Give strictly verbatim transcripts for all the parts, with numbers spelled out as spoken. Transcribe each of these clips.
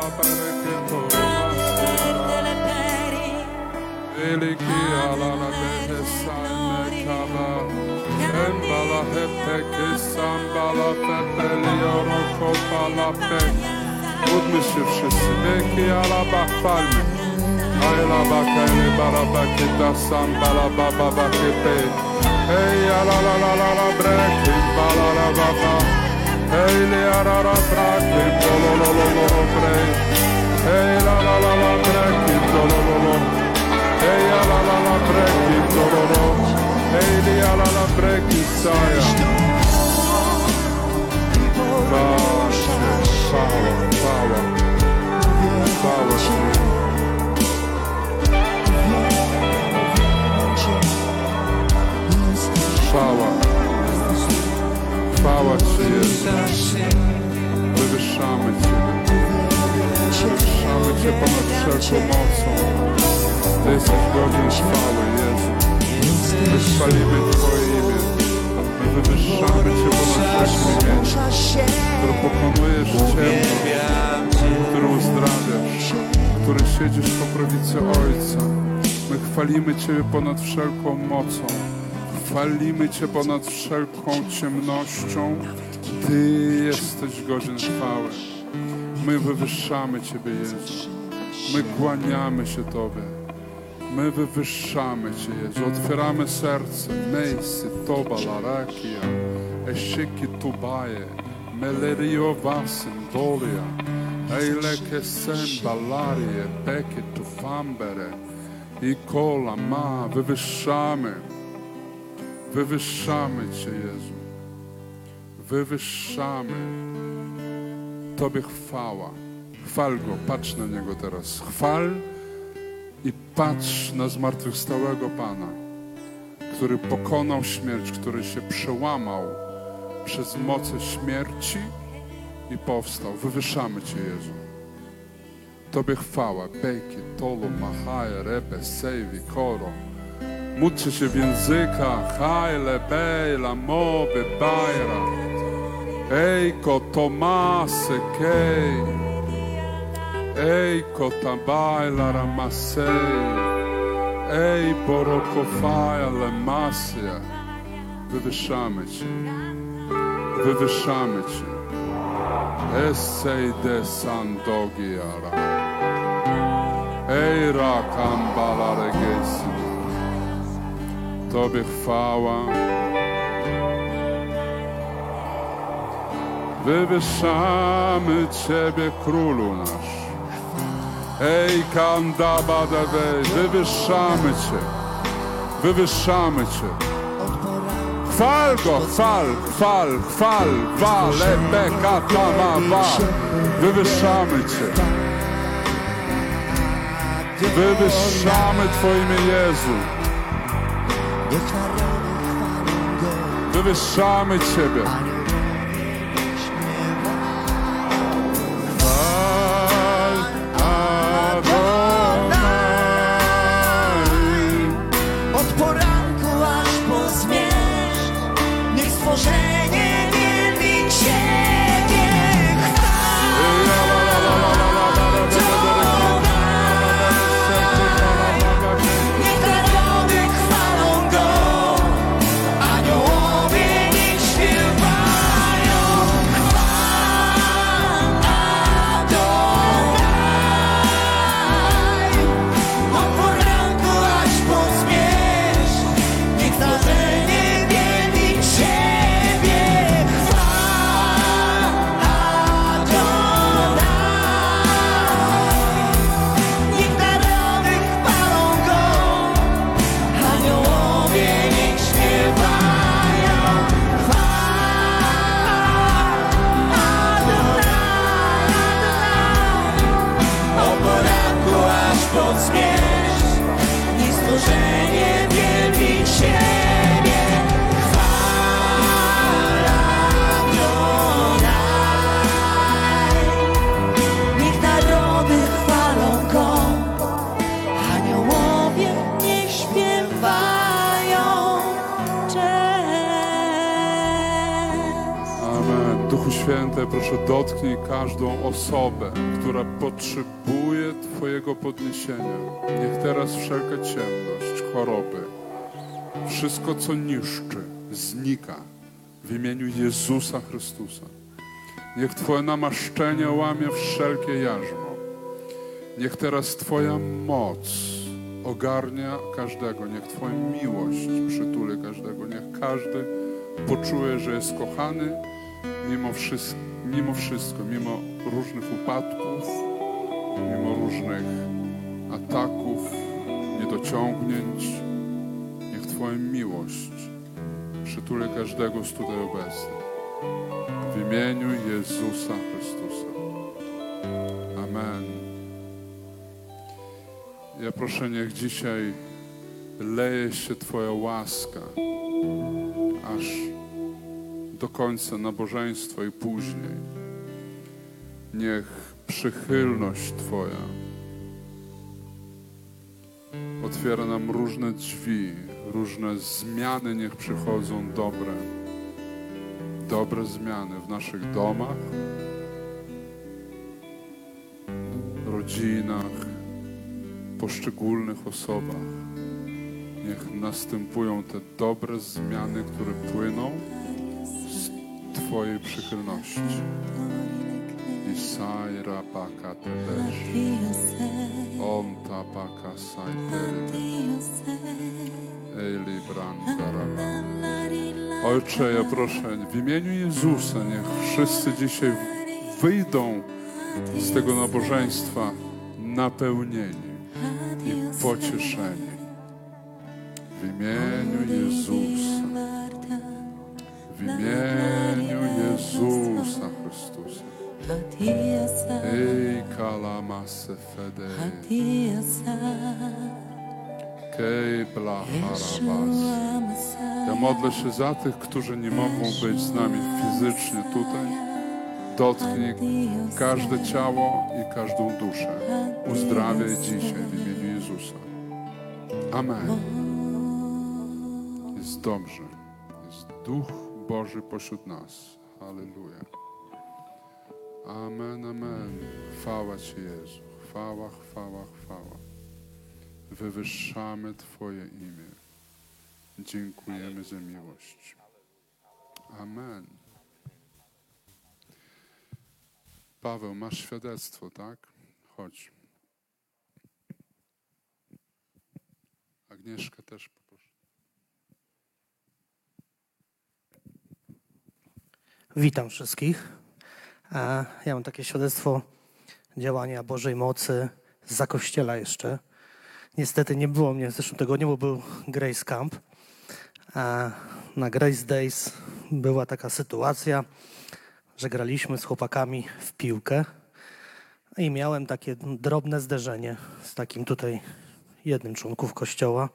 Módlmy się wszyscy. Wieki alaba chwalmy. Ajlaba kajny barabaki da sambala baba bakipe. Ej alalalala breki balala baba. Ej li arara braki bololololo brej. Ej lalalala breki bolololo. Ej alalala breki bololo. Ej li alala breki saja. Chwała, chwała, chwała, chwała Ci. Chwała, chwała Ci Jezu. Wywyższamy Ciebie. Wywyższamy Cię ponad wszelką mocą. Ty jesteś godzien chwały, Jezu. Wychwalimy Twoje imię. Wywyższamy Cię ponad wszelką imię, który pokonujesz ciemność, który uzdrawiasz, który siedzisz po prawicy Ojca. My chwalimy Ciebie ponad wszelką mocą, chwalimy Cię ponad wszelką ciemnością. Ty jesteś godzien chwały. My wywyższamy Ciebie, Jezu. My kłaniamy się Tobie. My wywyższamy Cię, Jezu. Otwieramy serce. Mejsy, Toba, Larakia, Eshiki, Tubaje, Melerio, Vasem, Dolia, Eileke, Sen, Balarie, Peke, Tufambere, Ikola, Ma. Wywyższamy. Wywyższamy Cię, Jezu. Wywyższamy. Tobie chwała. Chwal Go. Patrz na Niego teraz. Chwal i patrz na zmartwychwstałego Pana, który pokonał śmierć, który się przełamał przez moce śmierci i powstał. Wywyższamy Cię, Jezu. Tobie chwała. Beki, Tolo, Mahaje, Rebe, Sejwi, Koro. Módlcie się w językach. Hajle, Bejla, Moby, Bajra. Ejko, Tomase, Kej. Ej, kotabajla ramasej, ej, borokofaja lemasia. Wywyższamy Cię, wywyższamy Cię. Esej de sandogiara, ej, rakambala regesi. Tobie chwała. Wywyższamy Ciebie, Królu nasz. Ej, kandaba dawej, wywyższamy Cię, wywyższamy Cię. Chwal Go, chwal, chwal, chwal, wale, beka, tama, wa. Wywyższamy Cię. Wywyższamy Twoje imię, Jezu. Wywyższamy Ciebie. Aniołowie niech śpiewają. Duchu Święty, proszę dotknij każdą osobę, która potrzebuje Twojego podniesienia. Niech teraz wszelka ciemność, choroby, wszystko co niszczy, znika w imieniu Jezusa Chrystusa. Niech Twoje namaszczenie łamie wszelkie jarzmo. Niech teraz Twoja moc ogarnia każdego. Niech Twoja miłość przytuli każdego. Niech każdy poczuje, że jest kochany mimo wszystko, mimo wszystko, mimo różnych upadków, mimo różnych ataków, niedociągnięć. Niech Twoja miłość przytuli każdego z tutaj obecnych. W imieniu Jezusa Chrystusa. Amen. Ja proszę, niech dzisiaj leje się Twoja łaska aż do końca nabożeństwa i później. Niech przychylność Twoja otwiera nam różne drzwi, różne zmiany niech przychodzą dobre. Dobre zmiany w naszych domach, rodzinach, poszczególnych osobach. Niech następują te dobre zmiany, które płyną z Twojej przychylności. Isai rapaka tebesz, on tapaka sajteli, eli brantaraba. Ojcze, ja proszę, w imieniu Jezusa, niech wszyscy dzisiaj wyjdą z tego nabożeństwa napełnieni i pocieszeni. W imieniu Jezusa. W imieniu Jezusa Chrystusa. Ej, kalamase fedej. Kej blacharabas. Ja modlę się za tych, którzy nie mogą być z nami fizycznie tutaj. Dotknij każde ciało i każdą duszę. Uzdrawiaj dzisiaj w imieniu Jezusa. Amen. Jest dobrze. Jest Duch Boży pośród nas. Halleluja. Amen, amen. Chwała Ci, Jezu. Chwała, chwała, chwała. Wywyższamy Twoje imię. Dziękujemy za miłość. Amen. Paweł, masz świadectwo, tak? Chodź. Agnieszka też poproszę. Witam wszystkich. Ja mam takie świadectwo działania Bożej mocy zza kościela jeszcze. Niestety nie było mnie w zeszłym tygodniu, bo był Grace Camp. Na Grace Days była taka sytuacja, że graliśmy z chłopakami w piłkę i miałem takie drobne zderzenie z takim tutaj jednym członków kościoła.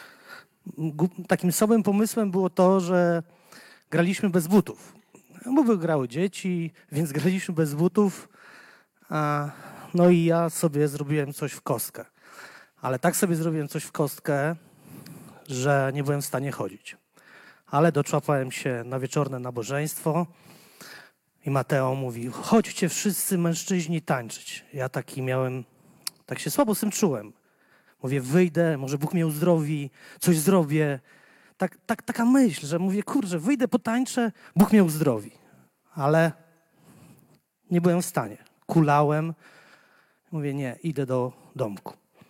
Takim samym pomysłem było to, że graliśmy bez butów. Bo by grały dzieci, więc graliśmy bez butów. A, no i ja sobie zrobiłem coś w kostkę. Ale tak sobie zrobiłem coś w kostkę, że nie byłem w stanie chodzić. Ale doczłapałem się na wieczorne nabożeństwo i Mateo mówi, chodźcie wszyscy mężczyźni tańczyć. Ja taki miałem, tak się słabo z tym czułem. Mówię, wyjdę, może Bóg mnie uzdrowi, coś zrobię. Tak, tak, taka myśl, że mówię, kurczę, wyjdę, potańczę, Bóg mnie uzdrowi. Ale nie byłem w stanie. Kulałem. Mówię, nie, idę do domku.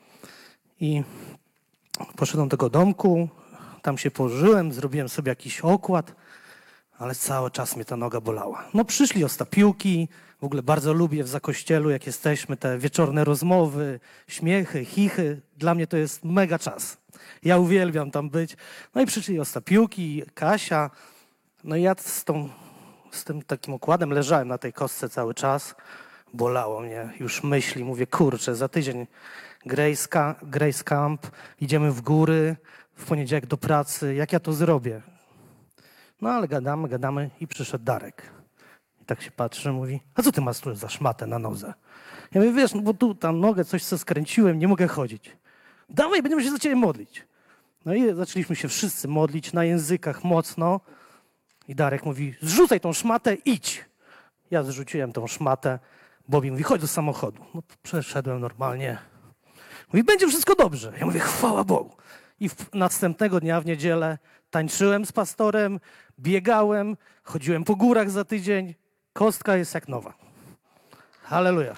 I poszedłem do tego domku, tam się położyłem, zrobiłem sobie jakiś okład, ale cały czas mnie ta noga bolała. No przyszli ostapiłki, w ogóle bardzo lubię w zakościelu, jak jesteśmy, te wieczorne rozmowy, śmiechy, chichy. Dla mnie to jest mega czas. Ja uwielbiam tam być. No i przyszli ostapiłki, Kasia. No i ja z, tą, z tym takim okładem leżałem na tej kostce cały czas. Bolało mnie już myśli. Mówię, kurczę, za tydzień Grace, Grace Camp, idziemy w góry, w poniedziałek do pracy. Jak ja to zrobię? No ale gadamy, gadamy i przyszedł Darek. I tak się patrzy, mówi, a co ty masz tu za szmatę na nodze? Ja mówię, wiesz, no bo tu tam nogę coś co skręciłem, nie mogę chodzić. Dawaj, będziemy się za ciebie modlić. No i zaczęliśmy się wszyscy modlić na językach mocno. I Darek mówi, zrzucaj tą szmatę, idź. Ja zrzuciłem tą szmatę. Bobby mówi, chodź do samochodu. No, przeszedłem normalnie. Mówi, będzie wszystko dobrze. Ja mówię, chwała Bogu. I w, następnego dnia w niedzielę tańczyłem z pastorem, biegałem, chodziłem po górach za tydzień. Kostka jest jak nowa. Halleluja.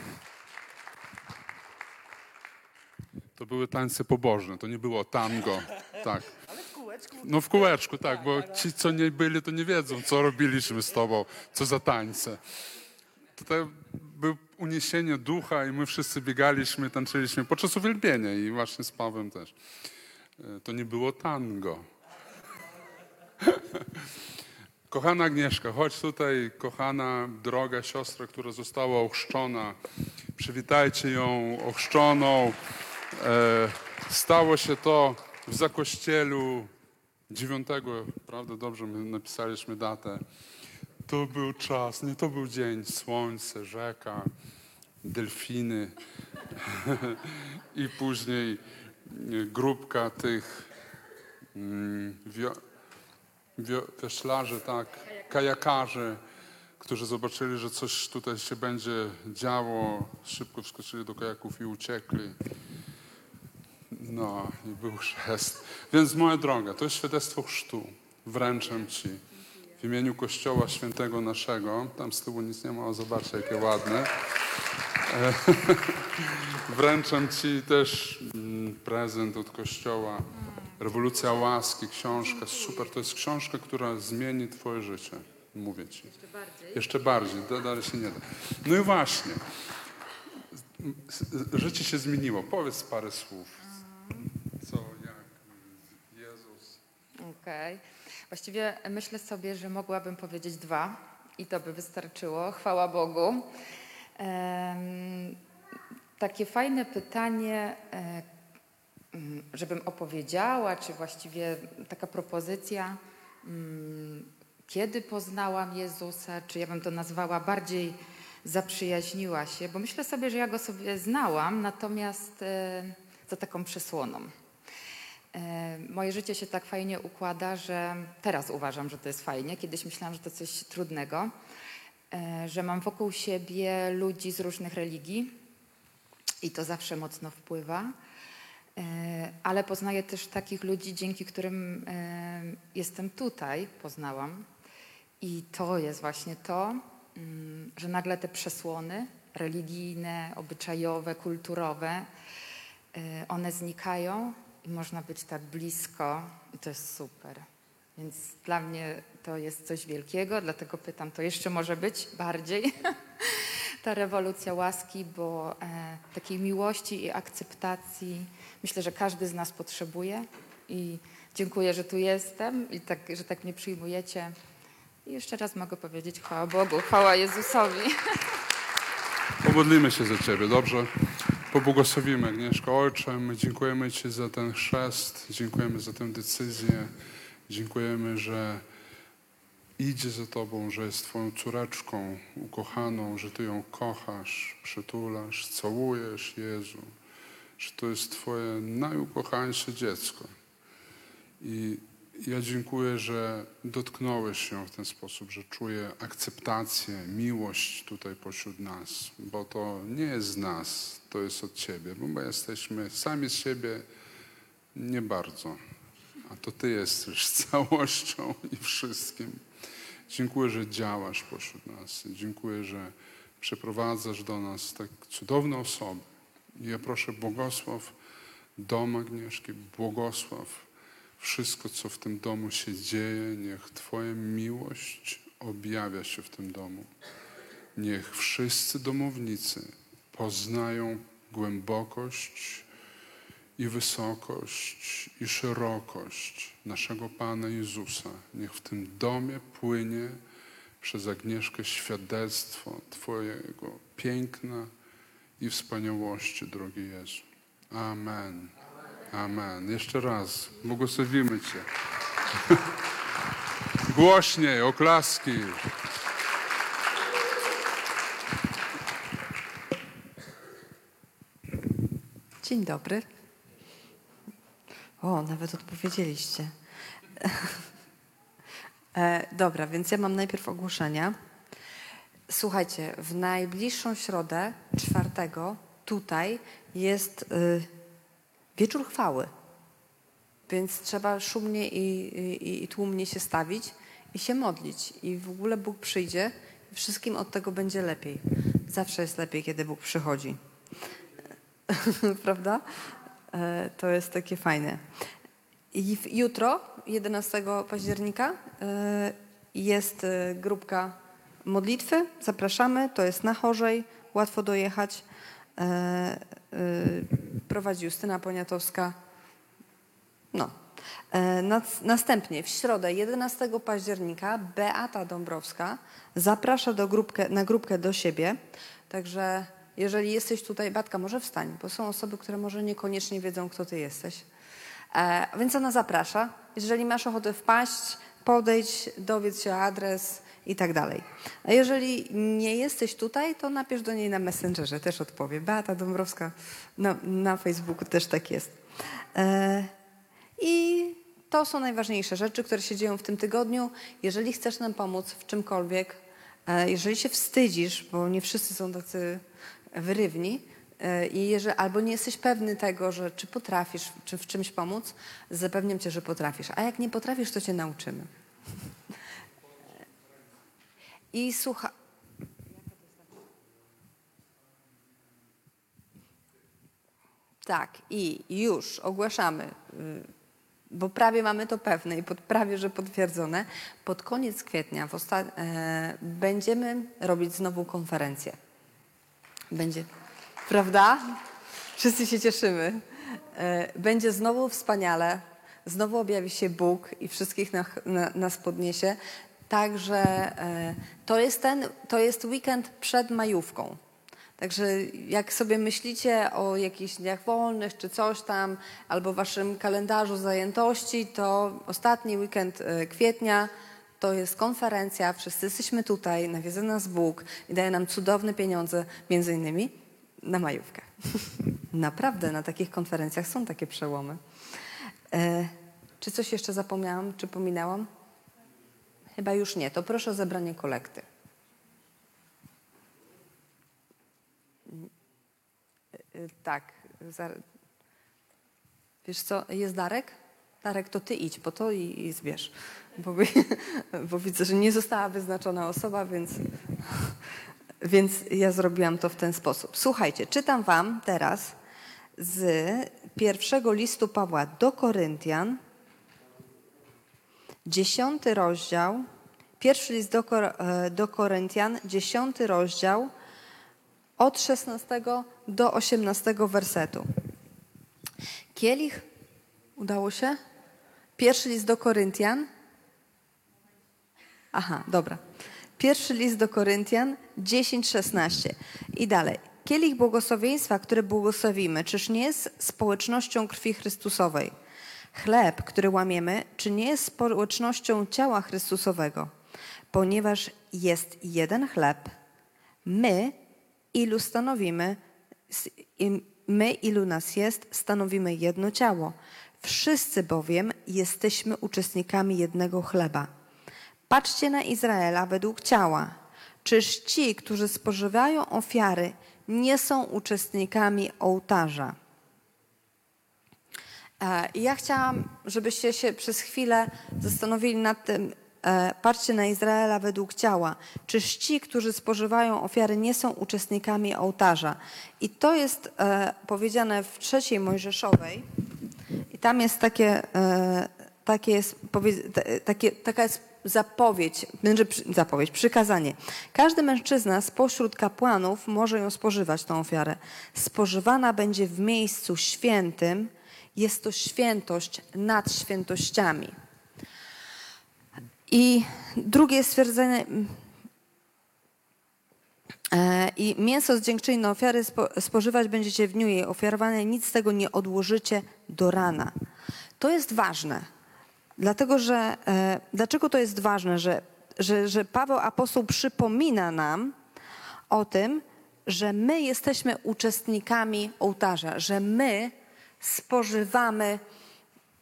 To były tańce pobożne, to nie było tango. Tak. No w kółeczku, tak, bo ci, co nie byli, to nie wiedzą, co robiliśmy z tobą, co za tańce. Tutaj było uniesienie ducha i my wszyscy biegaliśmy, tańczyliśmy podczas uwielbienia i właśnie z Pawłem też. To nie było tango. Kochana Agnieszka, chodź tutaj, kochana, droga siostra, która została ochrzczona. Przywitajcie ją ochrzczoną. E, stało się to w Zakościelu dziewiątego, prawda, dobrze, my napisaliśmy datę. To był czas, nie to był dzień, słońce, rzeka, delfiny i później grupka tych mm, wio, wio, wioślarzy, tak, kajakarzy, którzy zobaczyli, że coś tutaj się będzie działo, szybko wskoczyli do kajaków i uciekli. No i był chrzest. Więc moja droga, to jest świadectwo chrztu. Wręczam Ci w imieniu Kościoła Świętego naszego. Tam z tyłu nic nie ma, o zobaczcie jakie ładne. Wręczam Ci też prezent od Kościoła. Rewolucja łaski, książka. Super, to jest książka, która zmieni Twoje życie. Mówię Ci. Jeszcze bardziej. Jeszcze bardziej, dalej się nie da. No i właśnie. Życie się zmieniło. Powiedz parę słów. Co, jak Jezus. Okej. Okay. Właściwie myślę sobie, że mogłabym powiedzieć dwa i to by wystarczyło. Chwała Bogu. Um, takie fajne pytanie, um, żebym opowiedziała, czy właściwie taka propozycja, um, kiedy poznałam Jezusa, czy ja bym to nazwała bardziej zaprzyjaźniła się, bo myślę sobie, że ja Go sobie znałam, natomiast e, za taką przesłoną. E, moje życie się tak fajnie układa, że teraz uważam, że to jest fajnie. Kiedyś myślałam, że to coś trudnego, e, że mam wokół siebie ludzi z różnych religii i to zawsze mocno wpływa, e, ale poznaję też takich ludzi, dzięki którym e, jestem tutaj, poznałam. I to jest właśnie to, że nagle te przesłony religijne, obyczajowe, kulturowe, one znikają i można być tak blisko i to jest super. Więc dla mnie to jest coś wielkiego, dlatego pytam, to jeszcze może być bardziej ta rewolucja łaski, bo e, takiej miłości i akceptacji myślę, że każdy z nas potrzebuje i dziękuję, że tu jestem i tak, że tak mnie przyjmujecie. I jeszcze raz mogę powiedzieć chwała Bogu, chwała Jezusowi. Pomodlimy się za Ciebie, dobrze? Pobłogosławimy, Agnieszko. Ojcze, my dziękujemy Ci za ten chrzest, dziękujemy za tę decyzję, dziękujemy, że idzie za Tobą, że jest Twoją córeczką ukochaną, że Ty ją kochasz, przytulasz, całujesz, Jezu, że to jest Twoje najukochańsze dziecko. I ja dziękuję, że dotknąłeś się w ten sposób, że czuję akceptację, miłość tutaj pośród nas, bo to nie jest z nas, to jest od Ciebie, bo my jesteśmy sami z siebie nie bardzo, a to Ty jesteś całością i wszystkim. Dziękuję, że działasz pośród nas. Dziękuję, że przeprowadzasz do nas tak cudowne osoby. I ja proszę, błogosław dom Agnieszki, błogosław wszystko, co w tym domu się dzieje. Niech Twoja miłość objawia się w tym domu. Niech wszyscy domownicy poznają głębokość i wysokość i szerokość naszego Pana Jezusa. Niech w tym domie płynie przez Agnieszkę świadectwo Twojego piękna i wspaniałości, drogi Jezu. Amen. Amen. Jeszcze raz błogosławimy Cię. Głośniej, oklaski. Dzień dobry. O, nawet odpowiedzieliście. E, dobra, więc ja mam najpierw ogłoszenia. Słuchajcie, w najbliższą środę, czwartego, tutaj jest y, wieczór chwały. Więc trzeba szumnie i, i, i tłumnie się stawić i się modlić. I w ogóle Bóg przyjdzie i wszystkim od tego będzie lepiej. Zawsze jest lepiej, kiedy Bóg przychodzi. Prawda? E, to jest takie fajne. I w, jutro, jedenastego października, e, jest e, grupka modlitwy. Zapraszamy. To jest na Chorzej. Łatwo dojechać. E, e, prowadzi Justyna Poniatowska. No. E, nas, następnie w środę, jedenastego października, Beata Dąbrowska zaprasza do grupkę, na grupkę do siebie. Także jeżeli jesteś tutaj, Batka, może wstań, bo są osoby, które może niekoniecznie wiedzą, kto ty jesteś. E, więc ona zaprasza. Jeżeli masz ochotę wpaść, podejdź, dowiedz się adres i tak dalej. A jeżeli nie jesteś tutaj, to napisz do niej na Messengerze, też odpowie. Beata Dąbrowska na, na Facebooku też tak jest. E, I to są najważniejsze rzeczy, które się dzieją w tym tygodniu. Jeżeli chcesz nam pomóc w czymkolwiek, jeżeli się wstydzisz, bo nie wszyscy są tacy wyrywni, i jeżeli, albo nie jesteś pewny tego, że czy potrafisz czy w czymś pomóc, zapewniam cię, że potrafisz. A jak nie potrafisz, to cię nauczymy. I słucha... Tak, i już ogłaszamy, bo prawie mamy to pewne i pod, prawie, że potwierdzone. Pod koniec kwietnia w osta- e, będziemy robić znowu konferencję. Będzie, prawda? Wszyscy się cieszymy. E, będzie znowu wspaniale. Znowu objawi się Bóg i wszystkich na, na, nas podniesie. Także e, to jest ten, to jest weekend przed majówką. Także jak sobie myślicie o jakichś dniach wolnych czy coś tam, albo waszym kalendarzu zajętości, to ostatni weekend kwietnia to jest konferencja, wszyscy jesteśmy tutaj, nawiedza nas Bóg i daje nam cudowne pieniądze, między innymi na majówkę. Naprawdę na takich konferencjach są takie przełomy. E, czy coś jeszcze zapomniałam, czy pominęłam? Chyba już nie, to proszę o zebranie kolekty. Tak. Wiesz co, jest Darek? Darek, to ty idź po to i, i zbierz. Bo, bo widzę, że nie została wyznaczona osoba, więc, więc ja zrobiłam to w ten sposób. Słuchajcie, czytam wam teraz z pierwszego listu Pawła do Koryntian, dziesiąty rozdział, pierwszy list do, do Koryntian, dziesiąty rozdział, od szesnastego do osiemnastego wersetu. Kielich, udało się? Pierwszy list do Koryntian. Aha, dobra. Pierwszy list do Koryntian, dziesięć szesnaście. I dalej. Kielich błogosławieństwa, który błogosławimy, czyż nie jest społecznością krwi Chrystusowej? Chleb, który łamiemy, czy nie jest społecznością ciała Chrystusowego? Ponieważ jest jeden chleb, my, ilu stanowimy, my, ilu nas jest, stanowimy jedno ciało. Wszyscy bowiem jesteśmy uczestnikami jednego chleba. Patrzcie na Izraela według ciała. Czyż ci, którzy spożywają ofiary, nie są uczestnikami ołtarza? Ja chciałam, żebyście się przez chwilę zastanowili nad tym, patrzcie na Izraela według ciała. Czyż ci, którzy spożywają ofiary, nie są uczestnikami ołtarza? I to jest e, powiedziane w trzeciej Mojżeszowej. I tam jest takie, e, takie jest, powie, takie, taka jest zapowiedź, znaczy zapowiedź, przykazanie. Każdy mężczyzna spośród kapłanów może ją spożywać, tą ofiarę. Spożywana będzie w miejscu świętym. Jest to świętość nad świętościami. I drugie stwierdzenie. E, I mięso z dziękczyninej ofiary spo, spożywać będziecie w dniu jej ofiarowania, nic z tego nie odłożycie do rana. To jest ważne. Dlatego, że e, dlaczego to jest ważne, że, że, że Paweł apostoł przypomina nam o tym, że my jesteśmy uczestnikami ołtarza, że my spożywamy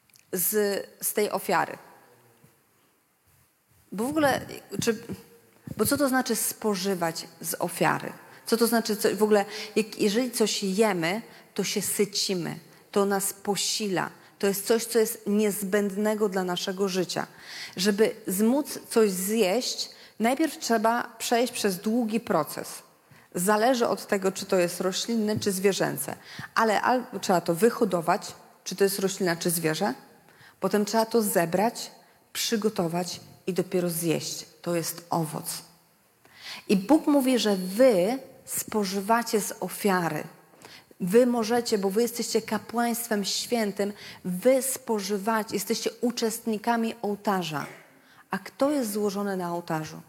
z, z tej ofiary. Bo w ogóle, czy Bo co to znaczy spożywać z ofiary? Co to znaczy, co, w ogóle, jak, jeżeli coś jemy, to się sycimy, to nas posila. To jest coś, co jest niezbędnego dla naszego życia. Żeby zmóc coś zjeść, najpierw trzeba przejść przez długi proces. Zależy od tego, czy to jest roślinne, czy zwierzęce. Ale albo trzeba to wyhodować, czy to jest roślina, czy zwierzę. Potem trzeba to zebrać, przygotować i dopiero zjeść. To jest owoc. I Bóg mówi, że wy spożywacie z ofiary. Wy możecie, bo wy jesteście kapłaństwem świętym, wy spożywacie, jesteście uczestnikami ołtarza. A kto jest złożony na ołtarzu?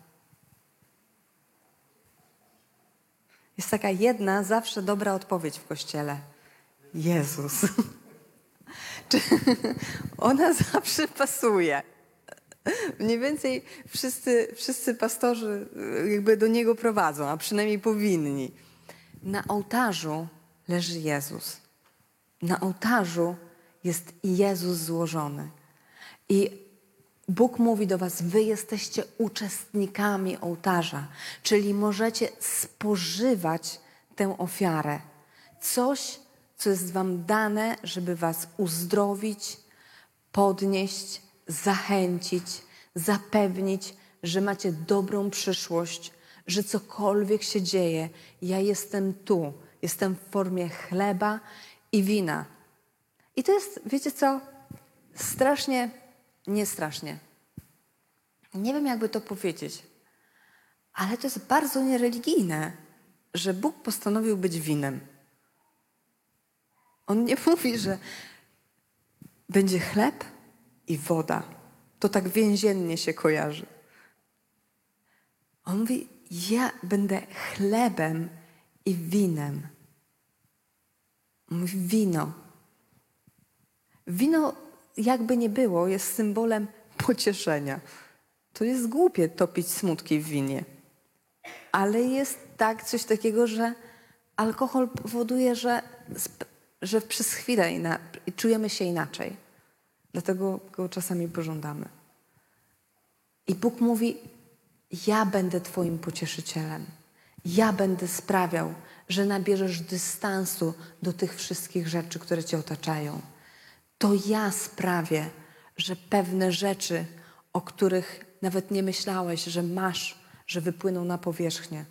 Jest taka jedna, zawsze dobra odpowiedź w Kościele. Jezus. Ona zawsze pasuje. Mniej więcej wszyscy, wszyscy pastorzy jakby do Niego prowadzą, a przynajmniej powinni. Na ołtarzu leży Jezus. Na ołtarzu jest Jezus złożony. I Bóg mówi do was, wy jesteście uczestnikami ołtarza, czyli możecie spożywać tę ofiarę. Coś, co jest wam dane, żeby was uzdrowić, podnieść, zachęcić, zapewnić, że macie dobrą przyszłość, że cokolwiek się dzieje, ja jestem tu, jestem w formie chleba i wina. I to jest, wiecie co, strasznie, nie strasznie. Nie wiem, jakby to powiedzieć, ale to jest bardzo niereligijne, że Bóg postanowił być winem. On nie mówi, że będzie chleb i woda. To tak więziennie się kojarzy. On mówi, ja będę chlebem i winem. On mówi, wino. Wino, jakby nie było, jest symbolem pocieszenia. To jest głupie topić smutki w winie. Ale jest tak coś takiego, że alkohol powoduje, że, że przez chwilę ina- czujemy się inaczej. Dlatego go czasami pożądamy. I Bóg mówi, ja będę twoim pocieszycielem. Ja będę sprawiał, że nabierzesz dystansu do tych wszystkich rzeczy, które cię otaczają. To ja sprawię, że pewne rzeczy, o których nawet nie myślałeś, że masz, że wypłyną na powierzchnię.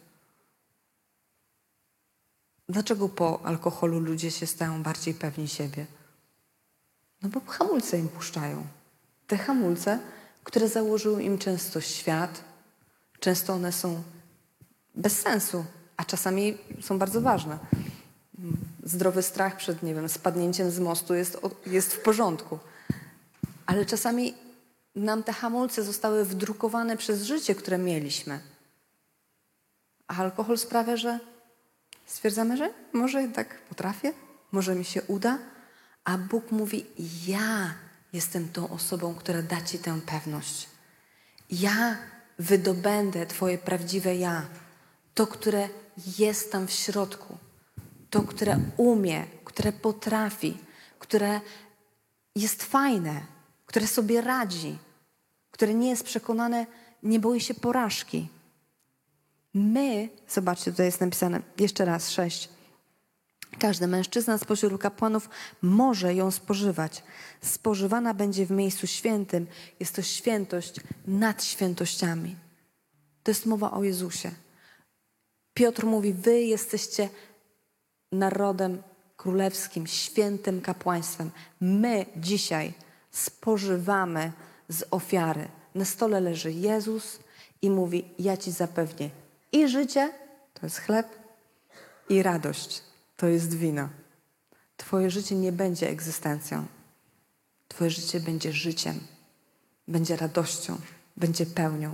Dlaczego po alkoholu ludzie się stają bardziej pewni siebie? No bo hamulce im puszczają. Te hamulce, które założył im często świat, często one są bez sensu, a czasami są bardzo ważne. Zdrowy strach przed, nie wiem, spadnięciem z mostu jest, jest w porządku. Ale czasami nam te hamulce zostały wdrukowane przez życie, które mieliśmy. A alkohol sprawia, że stwierdzamy, że może tak potrafię, może mi się uda, a Bóg mówi, ja jestem tą osobą, która da ci tę pewność. Ja wydobędę twoje prawdziwe ja. To, które jest tam w środku. To, które umie, które potrafi, które jest fajne, które sobie radzi, które nie jest przekonane, nie boi się porażki. My, zobaczcie, tutaj jest napisane, jeszcze raz, sześć. Każdy mężczyzna spośród kapłanów może ją spożywać. Spożywana będzie w miejscu świętym. Jest to świętość nad świętościami. To jest mowa o Jezusie. Piotr mówi, wy jesteście narodem królewskim, świętym kapłaństwem. My dzisiaj spożywamy z ofiary. Na stole leży Jezus i mówi, ja ci zapewnię i życie, to jest chleb, i radość, to jest wino. Twoje życie nie będzie egzystencją. Twoje życie będzie życiem, będzie radością, będzie pełnią.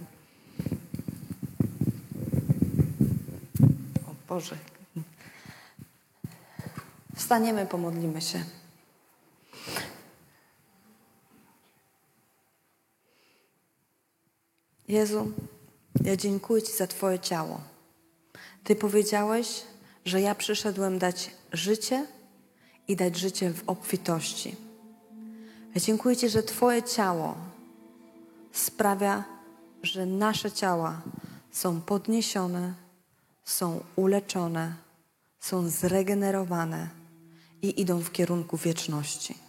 O Boże. Wstaniemy, pomodlimy się. Jezu, ja dziękuję ci za Twoje ciało. Ty powiedziałeś, że ja przyszedłem dać życie i dać życie w obfitości. Ja dziękuję ci, że Twoje ciało sprawia, że nasze ciała są podniesione, są uleczone, są zregenerowane i idą w kierunku wieczności.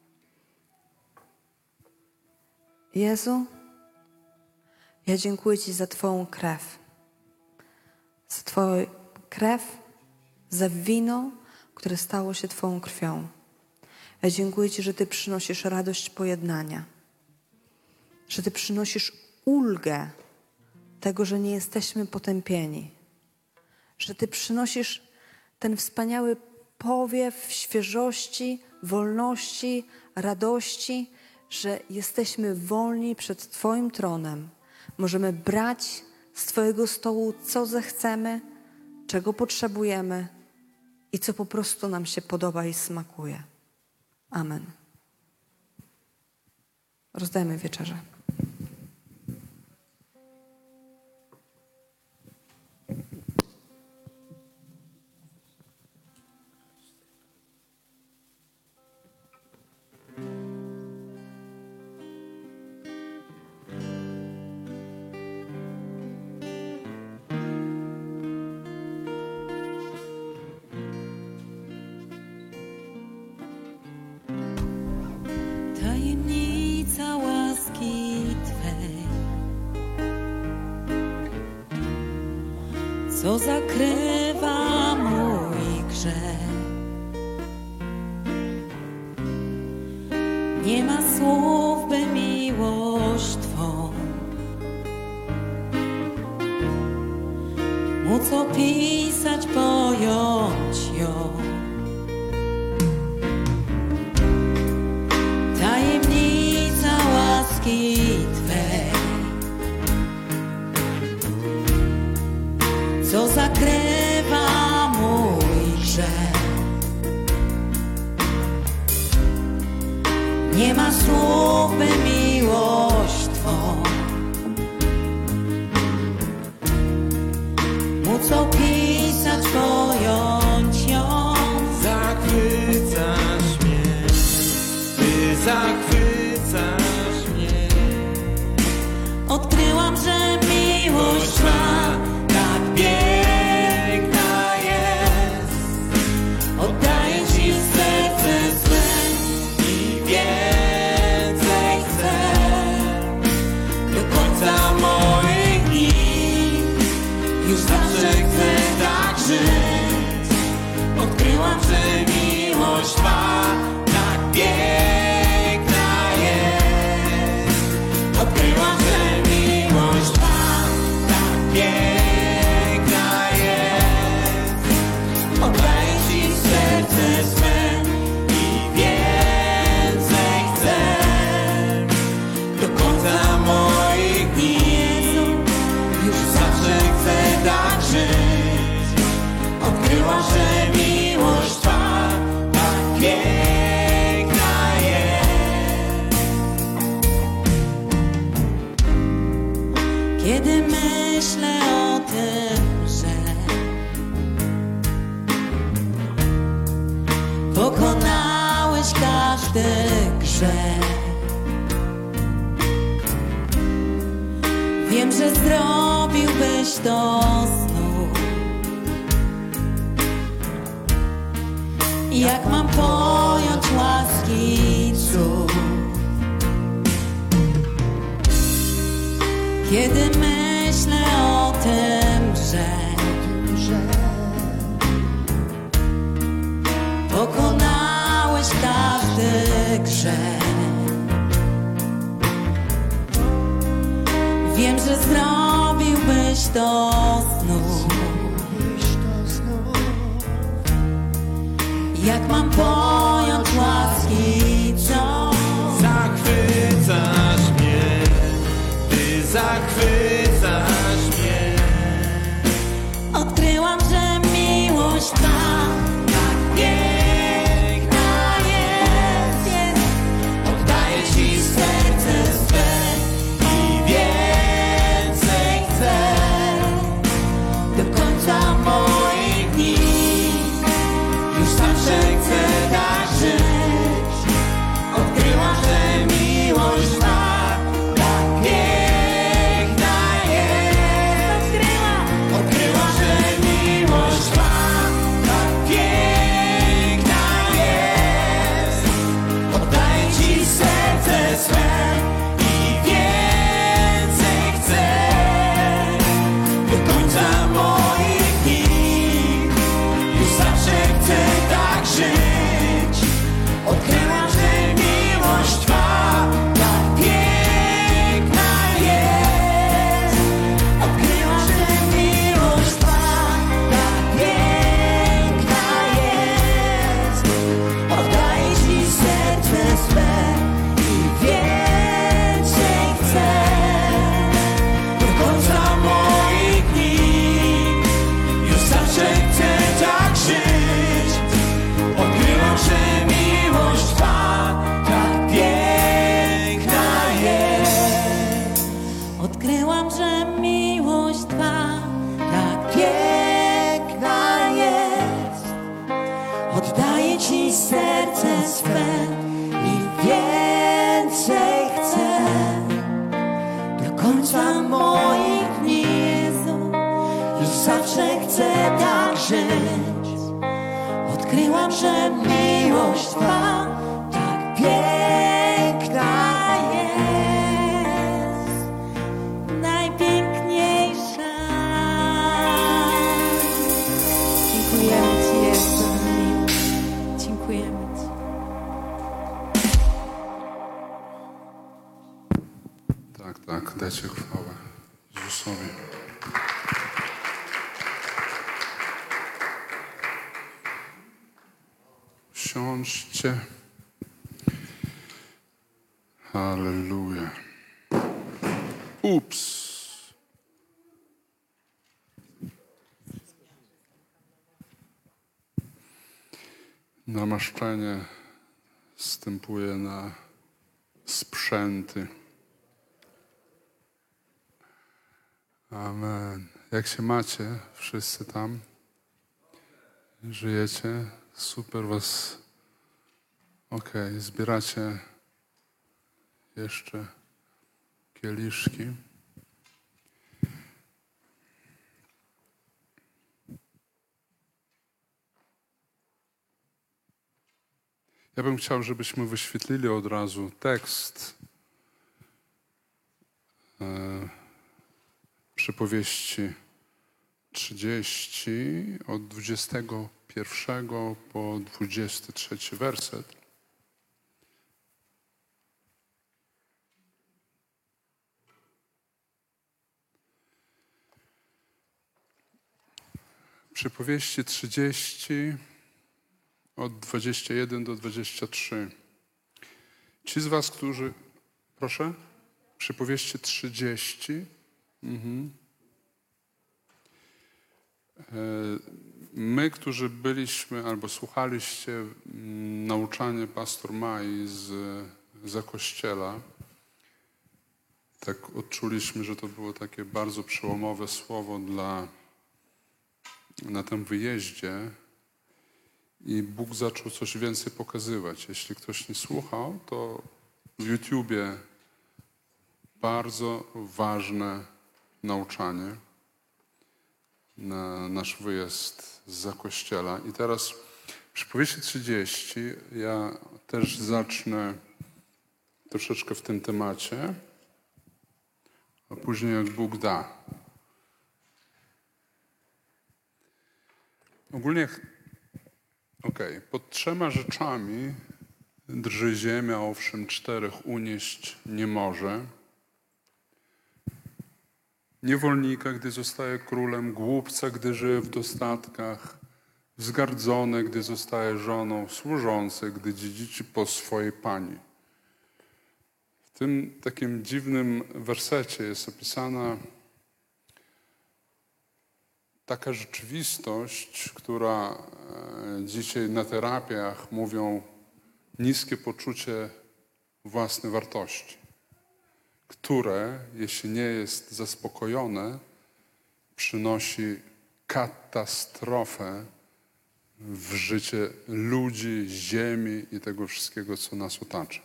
Jezu, ja dziękuję Ci za Twoją krew, za Twoją krew, za wino, które stało się Twoją krwią. Ja dziękuję Ci, że Ty przynosisz radość pojednania, że Ty przynosisz ulgę tego, że nie jesteśmy potępieni, że Ty przynosisz ten wspaniały powiew świeżości, wolności, radości, że jesteśmy wolni przed Twoim tronem. Możemy brać z Twojego stołu, co zechcemy, czego potrzebujemy i co po prostu nam się podoba i smakuje. Amen. Rozdajmy wieczerzę. Tajemnica łaski Twej, co zakrywa mój grzech. Nie ma słów, by miłość Twą móc opisać, pojąć ją. Tajemnica łaski Twej, co zakrywa mój grzech. Nie ma słów, by miłość Twą móc opisać, pojąć ją. Zachwycasz mnie, Ty zachwycasz mnie. Odkryłam, że miłość Twa tak piękna jest. oddaję Ci serce swe I więcej chcę. Do końca moich dni już zawsze chcę tak żyć. Odkryłam, że miłość Twa tak piękna jest. Odkryłam, że miłość Twa tak piękna jest. Oddaję Ci serce swe i więcej chcę. Do końca moich dni już zawsze chcę tak żyć. Odkryłam, że miłość Twa tak piękna jest. Kiedy myślę o tym, że pokonałeś każdy grzech, wiem, że zrobiłbyś to znów. Jak mam pojąć łaski cud? Kiedy myślę o tym, że pokonałeś każdy grzech, wiem, że zrobiłbyś to znów. Jak mam pojąć łaski, co? Zachwycasz mnie, Ty zachwycasz mnie. Odkryłam, że miłość Twa Tak piękna jest. Oddaję Ci serce swe i więcej chcę. Do końca moich dni już zawsze chcę dać. że zawsze chcę tak żyć. Odkryłam, że miłość Twa tak piękna jest, najpiękniejsza. Dziękujemy Ci, Jezu, za tę miłość. Dziękujemy Ci. Tak, tak, dajcie chwałę Jezusowi. Siądźcie. Halleluja. Ups. Namaszczenie wstępuje na sprzęty. Amen. Jak się macie wszyscy tam? Żyjecie? Super was. Okej, okay. Zbieracie jeszcze kieliszki. Ja bym chciał, żebyśmy wyświetlili od razu tekst e, przypowieści trzydzieści od dwudziestego pierwszego po dwudziesty trzeci werset. Przypowieści trzydzieści od dwudziestego pierwszego do dwudziestego trzeciego. Ci z was, którzy... Proszę? Przypowieści trzydzieści. Mhm. My, którzy byliśmy albo słuchaliście nauczania pastor Mai z za kościela, tak odczuliśmy, że to było takie bardzo przełomowe słowo dla, na tym wyjeździe i Bóg zaczął coś więcej pokazywać. Jeśli ktoś nie słuchał, to w YouTubie bardzo ważne nauczanie na nasz wyjazd zza kościela. I teraz w przypowieści trzydzieści ja też zacznę troszeczkę w tym temacie, a później jak Bóg da. Ogólnie, okej, okay, pod trzema rzeczami drży ziemia, owszem, czterech unieść nie może. Niewolnika, gdy zostaje królem, głupca, gdy żyje w dostatkach, wzgardzony, gdy zostaje żoną, służący, gdy dziedziczy po swojej pani. W tym takim dziwnym wersecie jest opisana taka rzeczywistość, która dzisiaj na terapiach mówią niskie poczucie własnej wartości, które, jeśli nie jest zaspokojone, przynosi katastrofę w życie ludzi, ziemi i tego wszystkiego, co nas otacza.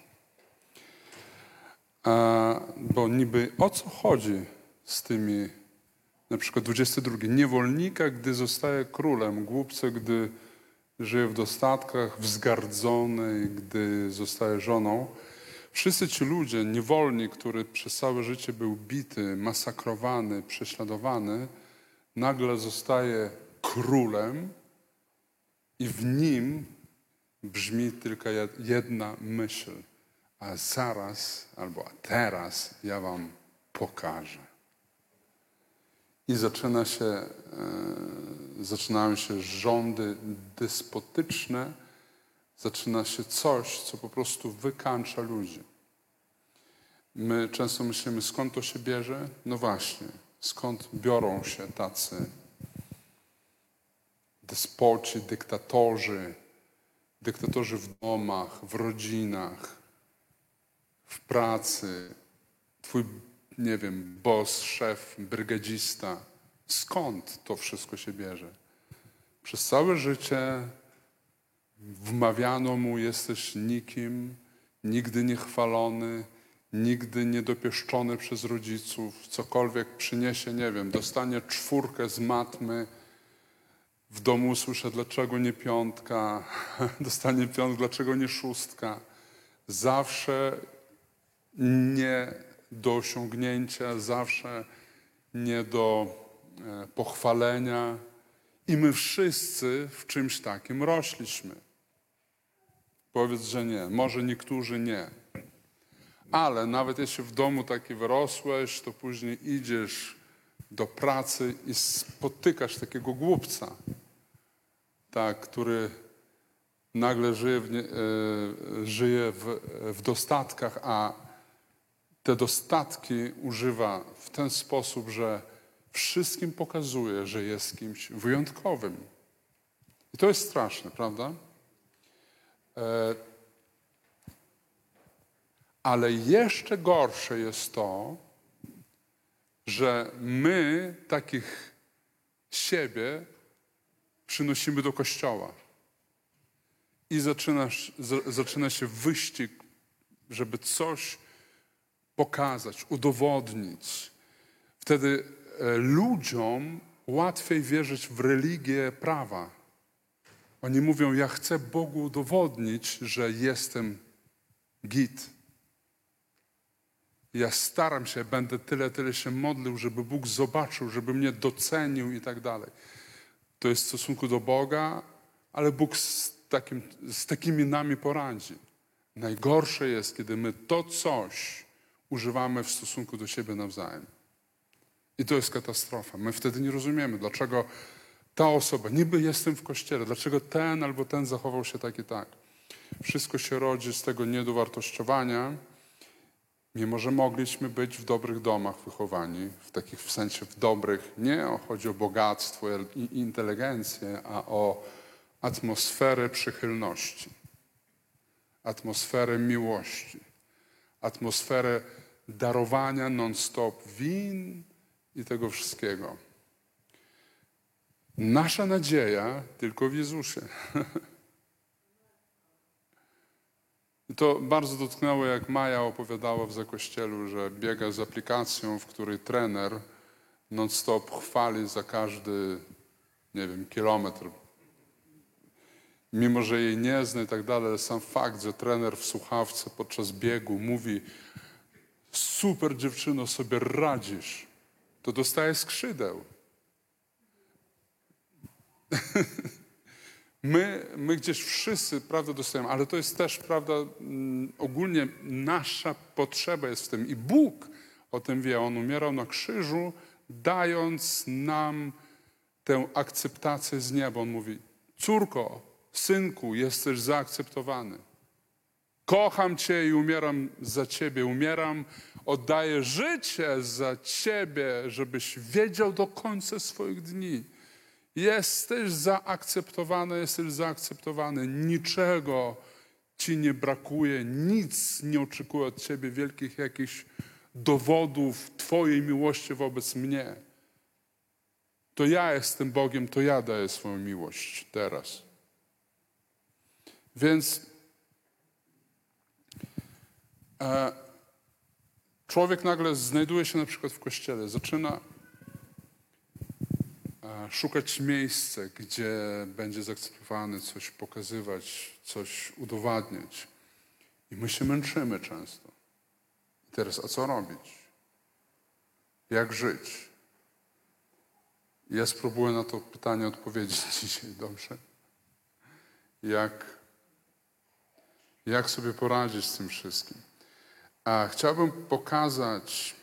A, bo niby o co chodzi z tymi, na przykład dwudziesty drugi, niewolnika, gdy zostaje królem, głupca, gdy żyje w dostatkach, wzgardzony, gdy zostaje żoną. Wszyscy ci ludzie, niewolnik, który przez całe życie był bity, masakrowany, prześladowany, nagle zostaje królem i w nim brzmi tylko jedna myśl. A zaraz, albo a teraz ja wam pokażę. I zaczyna się, e, zaczynają się rządy despotyczne, zaczyna się coś, co po prostu wykańcza ludzi. My często myślimy, skąd to się bierze? No właśnie, skąd biorą się tacy despoci, dyktatorzy, dyktatorzy w domach, w rodzinach, w pracy, twój, nie wiem, boss, szef, brygadzista. Skąd to wszystko się bierze? Przez całe życie wmawiano mu, jesteś nikim, nigdy nie chwalony, nigdy niedopieszczony przez rodziców, cokolwiek przyniesie, nie wiem, dostanie czwórkę z matmy, w domu słyszę, dlaczego nie piątka, dostanie piątkę, dlaczego nie szóstka. Zawsze nie do osiągnięcia, zawsze nie do e, pochwalenia. I my wszyscy w czymś takim rośliśmy. Powiedz, że nie. Może niektórzy nie. Ale nawet jeśli w domu taki wyrosłeś, to później idziesz do pracy i spotykasz takiego głupca, tak, który nagle żyje w, nie, e, żyje w, w dostatkach, a te dostatki używa w ten sposób, że wszystkim pokazuje, że jest kimś wyjątkowym. I to jest straszne, prawda? E, ale jeszcze gorsze jest to, że my takich siebie przynosimy do kościoła. I zaczyna, zaczyna się wyścig, żeby coś pokazać, udowodnić. Wtedy e, ludziom łatwiej wierzyć w religię prawa. Oni mówią, ja chcę Bogu udowodnić, że jestem git. Ja staram się, będę tyle, tyle się modlił, żeby Bóg zobaczył, żeby mnie docenił i tak dalej. To jest w stosunku do Boga, ale Bóg z, takim, z takimi nami poradzi. Najgorsze jest, kiedy my to coś używamy w stosunku do siebie nawzajem. I to jest katastrofa. My wtedy nie rozumiemy, dlaczego ta osoba, niby jestem w kościele, dlaczego ten albo ten zachował się tak i tak. Wszystko się rodzi z tego niedowartościowania, mimo że mogliśmy być w dobrych domach wychowani, w takich w sensie w dobrych, nie chodzi o bogactwo i inteligencję, a o atmosferę przychylności, atmosferę miłości, atmosferę darowania non-stop win i tego wszystkiego. Nasza nadzieja tylko w Jezusie. I to bardzo dotknęło, jak Maja opowiadała w Zakościelu, że biega z aplikacją, w której trener non-stop chwali za każdy, nie wiem, kilometr. Mimo że jej nie zna i tak dalej, ale sam fakt, że trener w słuchawce podczas biegu mówi: super dziewczyno, sobie radzisz, to dostaje skrzydeł. My, my gdzieś wszyscy, prawda, dostajemy, ale to jest też, prawda, mm, ogólnie nasza potrzeba jest w tym. I Bóg o tym wie. On umierał na krzyżu, dając nam tę akceptację z nieba. On mówi: córko, synku, jesteś zaakceptowany. Kocham cię i umieram za ciebie. Umieram, oddaję życie za ciebie, żebyś wiedział do końca swoich dni. Jesteś zaakceptowany, jesteś zaakceptowany. Niczego ci nie brakuje, nic nie oczekuje od ciebie wielkich jakichś dowodów twojej miłości wobec mnie. To ja jestem Bogiem, to ja daję swoją miłość teraz. Więc e, człowiek nagle znajduje się na przykład w kościele, zaczyna szukać miejsca, gdzie będzie zaakceptowany, coś pokazywać, coś udowadniać. I my się męczymy często. I teraz, a co robić? Jak żyć? I ja spróbuję na to pytanie odpowiedzieć dzisiaj, dobrze? Jak, jak sobie poradzić z tym wszystkim? A chciałbym pokazać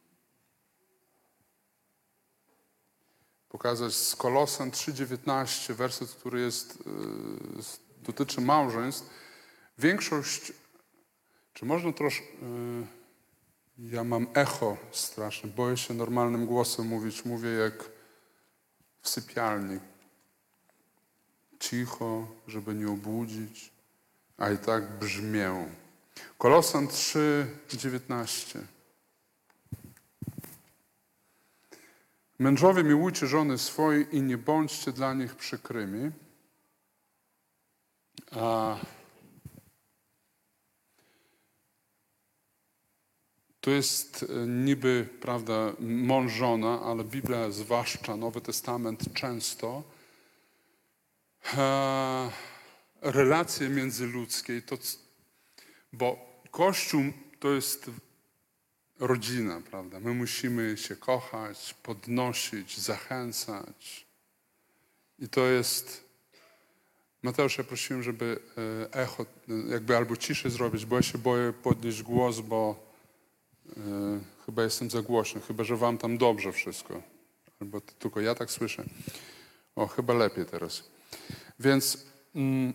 pokazać z Kolosan trzy dziewiętnaście, werset, który jest, yy, dotyczy małżeństw. Większość, czy można troszkę, yy, ja mam echo straszne, boję się normalnym głosem mówić, mówię jak w sypialni. Cicho, żeby nie obudzić, a i tak brzmię. Kolosan trzy dziewiętnaście. Mężowie, miłujcie żony swoje i nie bądźcie dla nich przykrymi. A to jest e, niby, prawda, mąż, żona, ale Biblia, zwłaszcza Nowy Testament, często e, relacje międzyludzkie, to, bo Kościół to jest rodzina, prawda? My musimy się kochać, podnosić, zachęcać. I to jest... Mateusz, ja prosiłem, żeby e, echo, jakby albo ciszę zrobić, bo ja się boję podnieść głos, bo e, chyba jestem za głośny, chyba że wam tam dobrze wszystko. Albo tylko ja tak słyszę. O, chyba lepiej teraz. Więc mm,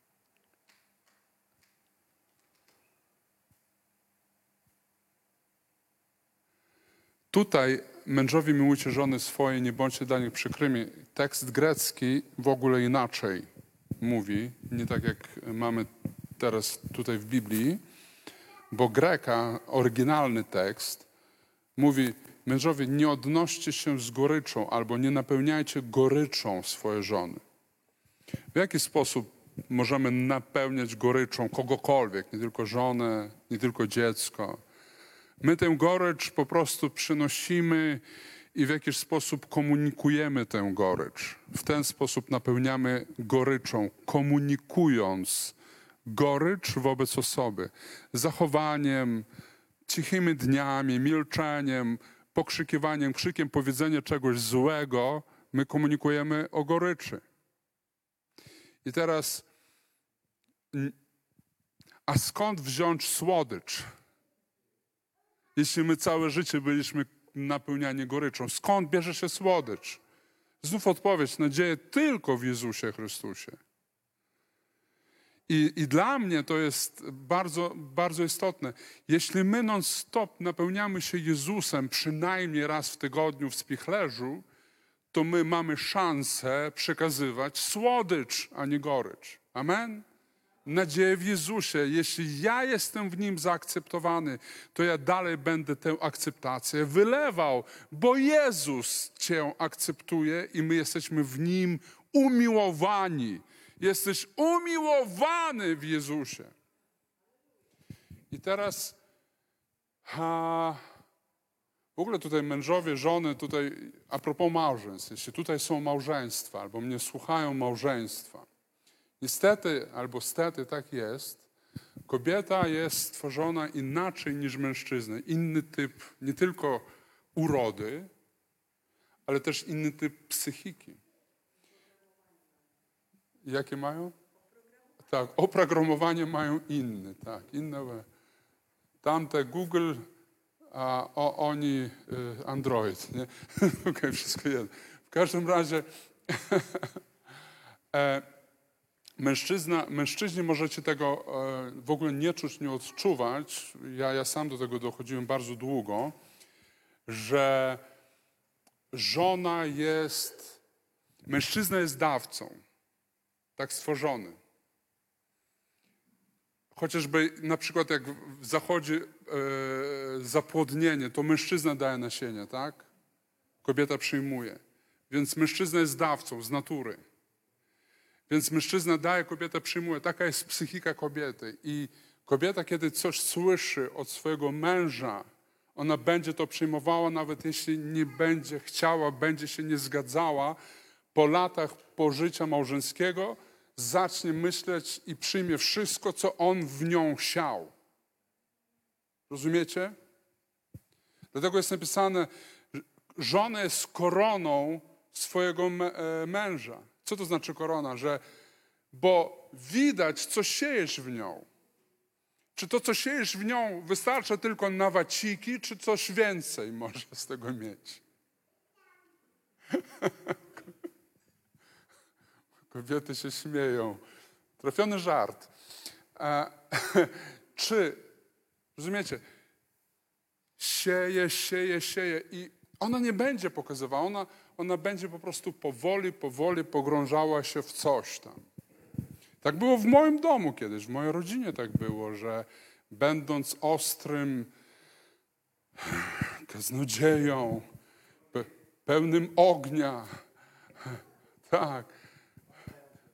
tutaj mężowie miłujcie żony swoje, nie bądźcie dla nich przykrymi. Tekst grecki w ogóle inaczej mówi, nie tak jak mamy teraz tutaj w Biblii, bo Greka, oryginalny tekst, mówi: mężowie, nie odnoście się z goryczą albo nie napełniajcie goryczą swoje żony. W jaki sposób możemy napełniać goryczą kogokolwiek, nie tylko żonę, nie tylko dziecko? My tę gorycz po prostu przynosimy i w jakiś sposób komunikujemy tę gorycz. W ten sposób napełniamy goryczą, komunikując gorycz wobec osoby. Zachowaniem, cichymi dniami, milczeniem, pokrzykiwaniem, krzykiem powiedzenia czegoś złego, my komunikujemy o goryczy. I teraz, a skąd wziąć słodycz? Jeśli my całe życie byliśmy napełniani goryczą, skąd bierze się słodycz? Znów odpowiedź, nadzieję tylko w Jezusie Chrystusie. I, i dla mnie to jest bardzo, bardzo istotne. Jeśli my non-stop napełniamy się Jezusem przynajmniej raz w tygodniu w spichlerzu, to my mamy szansę przekazywać słodycz, a nie gorycz. Amen? Nadzieję w Jezusie. Jeśli ja jestem w Nim zaakceptowany, to ja dalej będę tę akceptację wylewał, bo Jezus Cię akceptuje i my jesteśmy w Nim umiłowani. Jesteś umiłowany w Jezusie. I teraz a, w ogóle tutaj mężowie, żony, tutaj a propos małżeństw, jeśli tutaj są małżeństwa albo mnie słuchają małżeństwa, niestety albo stety tak jest, kobieta jest stworzona inaczej niż mężczyzna. Inny typ nie tylko urody, ale też inny typ psychiki. Jakie mają? Tak, oprogramowanie mają inne, tak, inne. Tamte Google, a o, oni y, Android, nie? Okej, okay, wszystko jedno. W każdym razie e, mężczyzna, mężczyźni możecie tego e, w ogóle nie czuć, nie odczuwać. Ja, ja sam do tego dochodziłem bardzo długo, że żona jest, mężczyzna jest dawcą. Tak stworzony. Chociażby na przykład jak w zachodzie e, zapłodnienie, to mężczyzna daje nasienie, tak? Kobieta przyjmuje. Więc mężczyzna jest dawcą z natury. Więc mężczyzna daje, kobieta przyjmuje. Taka jest psychika kobiety. I kobieta, kiedy coś słyszy od swojego męża, ona będzie to przyjmowała, nawet jeśli nie będzie chciała, będzie się nie zgadzała, po latach pożycia małżeńskiego zacznie myśleć i przyjmie wszystko, co on w nią chciał. Rozumiecie? Dlatego jest napisane, żona jest koroną swojego męża. Co to znaczy korona? Że, bo widać, co siejesz w nią. Czy to, co siejesz w nią, wystarcza tylko na waciki, czy coś więcej może z tego mieć? Kobiety się śmieją. Trafiony żart. A, czy, rozumiecie, sieje, sieje, sieje i ona nie będzie pokazywała, ona, ona będzie po prostu powoli, powoli pogrążała się w coś tam. Tak było w moim domu kiedyś, w mojej rodzinie tak było, że będąc ostrym kaznodzieją, pe, pełnym ognia, tak,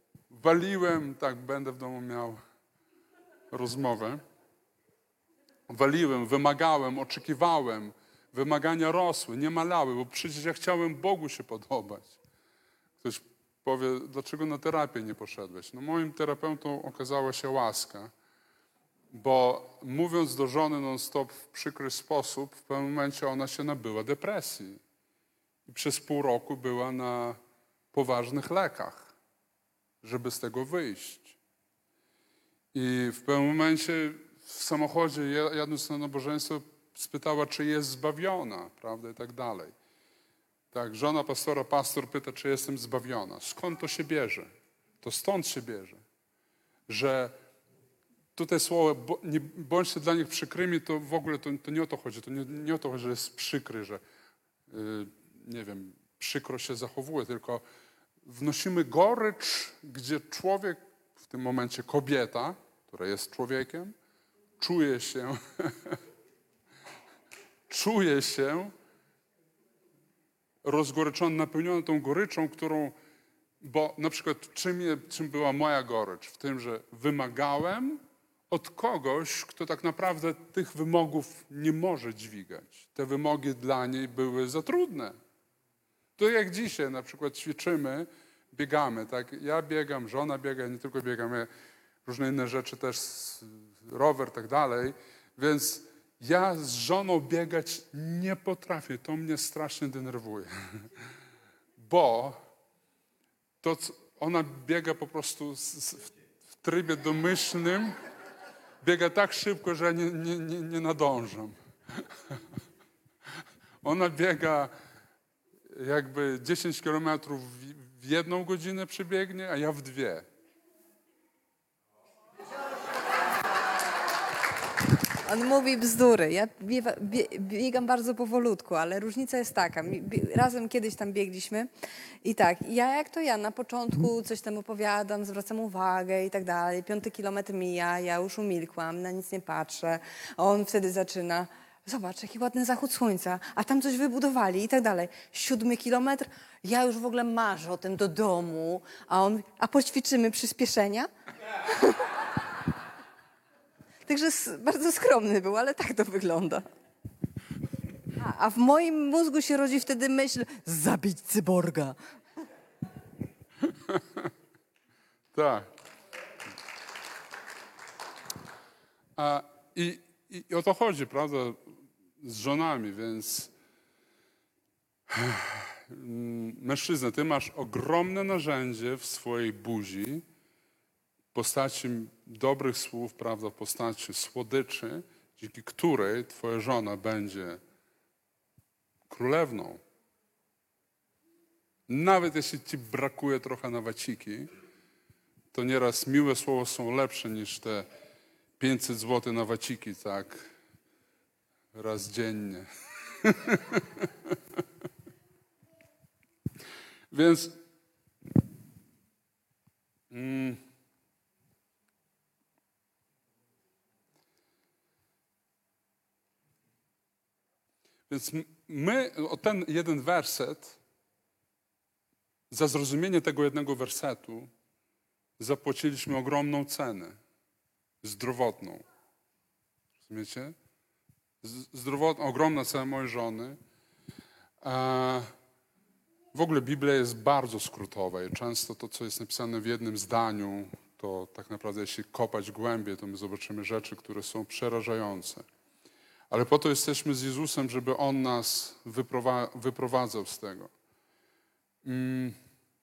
waliłem, tak, będę w domu miał rozmowę. waliłem, wymagałem, oczekiwałem. Wymagania rosły, nie malały, bo przecież ja chciałem Bogu się podobać. Ktoś powie, dlaczego na terapię nie poszedłeś? No moim terapeutą okazała się łaska, bo mówiąc do żony non-stop w przykry sposób, w pewnym momencie ona się nabyła depresji. I przez pół roku była na poważnych lekach, żeby z tego wyjść. I w pewnym momencie w samochodzie, jadąc na nabożeństwo, spytała, czy jest zbawiona, prawda, i tak dalej. Tak, żona pastora, pastor pyta, czy jestem zbawiona. Skąd to się bierze? To stąd się bierze, że tutaj słowo, bo, nie bądźcie dla nich przykrymi, to w ogóle to, to nie o to chodzi. To nie, nie o to chodzi, że jest przykry, że yy, nie wiem, przykro się zachowuje, tylko wnosimy gorycz, gdzie człowiek, w tym momencie kobieta, która jest człowiekiem, czuje się czuje się rozgoryczony, napełniony tą goryczą, którą, bo na przykład czym, je, czym była moja gorycz? W tym, że wymagałem od kogoś, kto tak naprawdę tych wymogów nie może dźwigać. Te wymogi dla niej były za trudne. To jak dzisiaj na przykład ćwiczymy, biegamy, tak? Ja biegam, żona biega, nie tylko biegamy, różne inne rzeczy też, rower, tak dalej, więc ja z żoną biegać nie potrafię. To mnie strasznie denerwuje. Bo to, ona biega po prostu w trybie domyślnym, biega tak szybko, że ja nie, nie, nie, nie nadążam. Ona biega jakby dziesięć kilometrów w jedną godzinę przebiegnie, a ja w dwie. On mówi bzdury. Ja biewa, bie, biegam bardzo powolutku, ale różnica jest taka. Razem kiedyś tam biegliśmy i tak, ja jak to ja, na początku coś tam opowiadam, zwracam uwagę i tak dalej. Piąty kilometr mija, ja już umilkłam, na nic nie patrzę. A on wtedy zaczyna, zobacz, jaki ładny zachód słońca, a tam coś wybudowali i tak dalej. Siódmy kilometr, ja już w ogóle marzę o tym do domu, a on, a poćwiczymy przyspieszenia? Także bardzo skromny był, ale tak to wygląda. A, a w moim mózgu się rodzi wtedy myśl, zabić cyborga. Tak. A, i, I o to chodzi, prawda, z żonami, więc mężczyzna, ty masz ogromne narzędzie w swojej buzi, w postaci dobrych słów, prawda, w postaci słodyczy, dzięki której twoja żona będzie królewną. Nawet jeśli ci brakuje trochę na waciki, to nieraz miłe słowa są lepsze niż te pięćset złotych na waciki, tak, raz dziennie. Więc mm, Więc my, o ten jeden werset, za zrozumienie tego jednego wersetu zapłaciliśmy ogromną cenę zdrowotną. Rozumiecie? Zdrowotną, ogromna cena mojej żony. A w ogóle Biblia jest bardzo skrótowa i często to, co jest napisane w jednym zdaniu, to tak naprawdę jeśli kopać głębiej, to my zobaczymy rzeczy, które są przerażające. Ale po to jesteśmy z Jezusem, żeby On nas wyprowa- wyprowadzał z tego. Mm.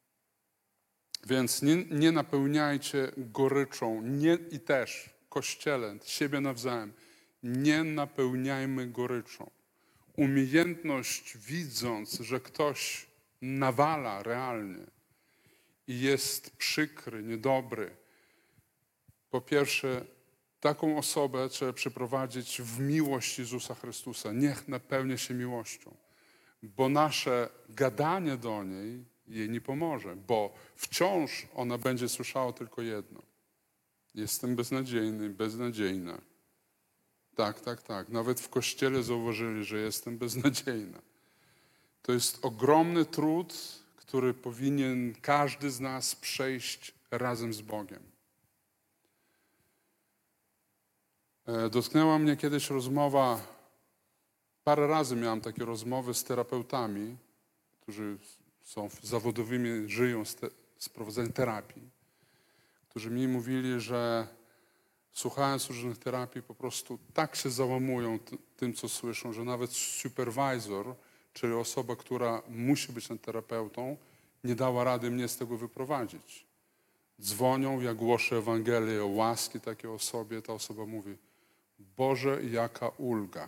Więc nie, nie napełniajcie goryczą, nie, i też Kościele, siebie nawzajem, nie napełniajmy goryczą. Umiejętność, widząc, że ktoś nawala realnie i jest przykry, niedobry, po pierwsze, taką osobę trzeba przeprowadzić w miłość Jezusa Chrystusa. Niech napełnia się miłością. Bo nasze gadanie do niej jej nie pomoże, bo wciąż ona będzie słyszała tylko jedno. Jestem beznadziejny, beznadziejna. Tak, tak, tak. Nawet w Kościele zauważyli, że jestem beznadziejna. To jest ogromny trud, który powinien każdy z nas przejść razem z Bogiem. E, Dotknęła mnie kiedyś rozmowa, parę razy miałem takie rozmowy z terapeutami, którzy są zawodowymi, żyją z, te, z prowadzenia terapii, którzy mi mówili, że słuchając różnych terapii po prostu tak się załamują t- tym, co słyszą, że nawet supervisor, czyli osoba, która musi być nad terapeutą, nie dała rady mnie z tego wyprowadzić. Dzwonią, ja głoszę Ewangelię łaski takiej osobie, ta osoba mówi: Boże, jaka ulga.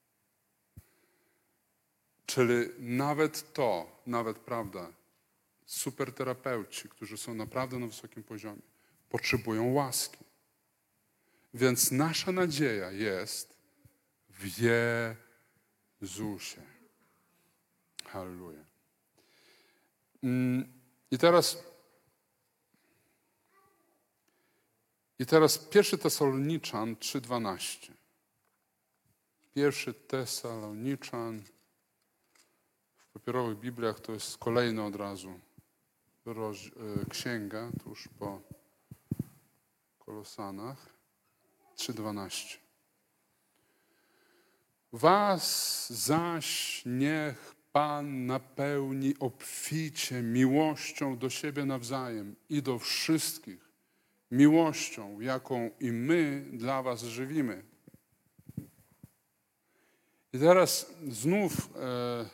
Czyli nawet to, nawet prawda, superterapeuci, którzy są naprawdę na wysokim poziomie, potrzebują łaski. Więc nasza nadzieja jest w Jezusie. Halleluja. I teraz, i teraz pierwszy Tesaloniczan trzy dwanaście. Pierwszy Tesaloniczan w papierowych Bibliach to jest kolejny od razu roz, księga, tuż po Kolosanach. trzy dwanaście. Was zaś niech Pan napełni obficie miłością do siebie nawzajem i do wszystkich, miłością, jaką i my dla was żywimy. I teraz znów e,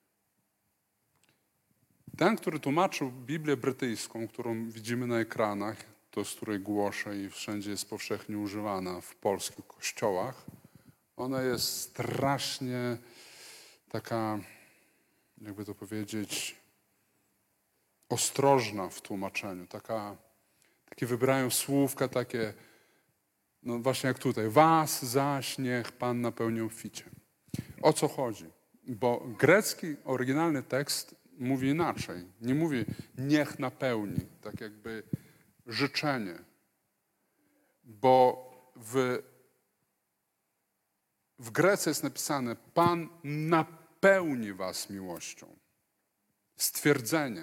ten, który tłumaczył Biblię brytyjską, którą widzimy na ekranach, to, z której głoszę i wszędzie jest powszechnie używana w polskich kościołach, ona jest strasznie taka, jakby to powiedzieć, ostrożna w tłumaczeniu. Taka, takie wybrają słówka takie, no właśnie jak tutaj. Was zaś niech Pan napełni obficie. O co chodzi? Bo grecki, oryginalny tekst mówi inaczej. Nie mówi niech napełni, tak jakby życzenie. Bo w, w Grece jest napisane Pan napełni was miłością. Stwierdzenie.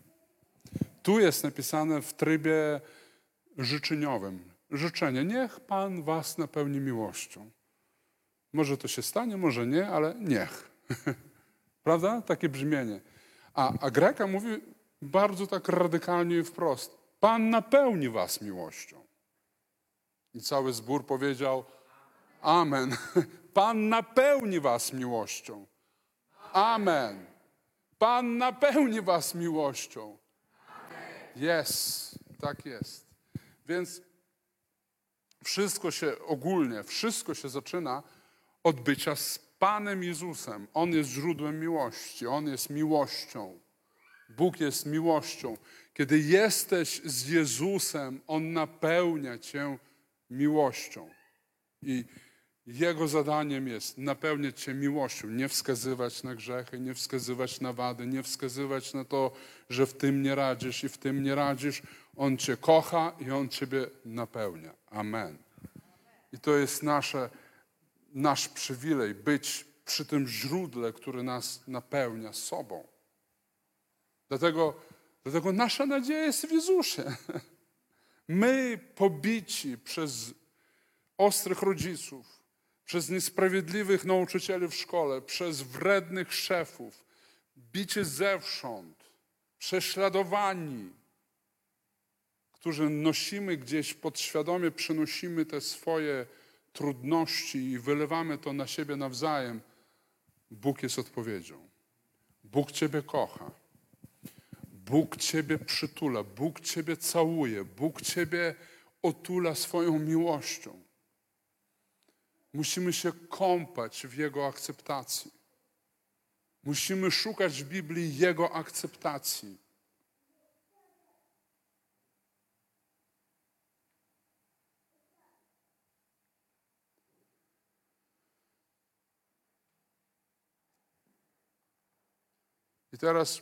Tu jest napisane w trybie życzeniowym. Życzenie. Niech Pan was napełni miłością. Może to się stanie, może nie, ale niech. Prawda? Takie brzmienie. A, a Greka mówi bardzo tak radykalnie i wprost. Pan napełni was miłością. I cały zbór powiedział amen. Pan napełni was miłością. Amen. Pan napełni was miłością. Jest, tak jest. Więc wszystko się ogólnie, wszystko się zaczyna od bycia z Panem Jezusem. On jest źródłem miłości. On jest miłością. Bóg jest miłością. Kiedy jesteś z Jezusem, On napełnia cię miłością. I Jego zadaniem jest napełniać cię miłością. Nie wskazywać na grzechy, nie wskazywać na wady, nie wskazywać na to, że w tym nie radzisz i w tym nie radzisz. On cię kocha i On ciebie napełnia. Amen. I to jest nasze, nasz przywilej, być przy tym źródle, które nas napełnia sobą. Dlatego, dlatego nasza nadzieja jest w Jezusie. My pobici przez ostrych rodziców, przez niesprawiedliwych nauczycieli w szkole, przez wrednych szefów, bici zewsząd, prześladowani, którzy nosimy gdzieś podświadomie, przynosimy te swoje trudności i wylewamy to na siebie nawzajem, Bóg jest odpowiedzią. Bóg ciebie kocha. Bóg ciebie przytula, Bóg ciebie całuje, Bóg ciebie otula swoją miłością. Musimy się kąpać w Jego akceptacji. Musimy szukać w Biblii Jego akceptacji. I teraz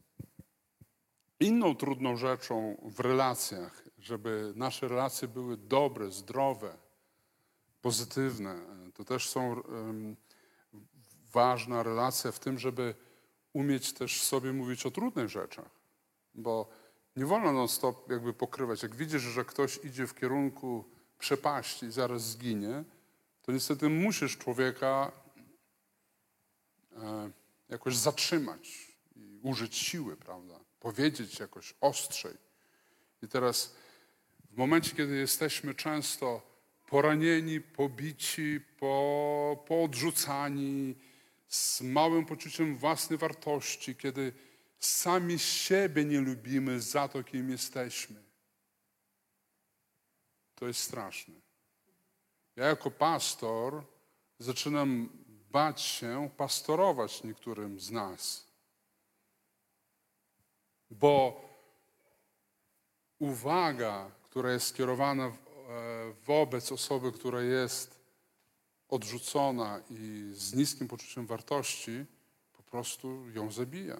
inną trudną rzeczą w relacjach, żeby nasze relacje były dobre, zdrowe, pozytywne, to też są um, ważna relacja w tym, żeby umieć też sobie mówić o trudnych rzeczach. Bo nie wolno non stop jakby pokrywać. Jak widzisz, że ktoś idzie w kierunku przepaści i zaraz zginie, to niestety musisz człowieka e, jakoś zatrzymać i użyć siły, prawda? Powiedzieć jakoś ostrzej. I teraz w momencie, kiedy jesteśmy często poranieni, pobici, po, poodrzucani, z małym poczuciem własnej wartości, kiedy sami siebie nie lubimy za to, kim jesteśmy, to jest straszne. Ja jako pastor zaczynam bać się pastorować niektórym z nas. Bo uwaga, która jest skierowana w, e, wobec osoby, która jest odrzucona i z niskim poczuciem wartości, po prostu ją zabija.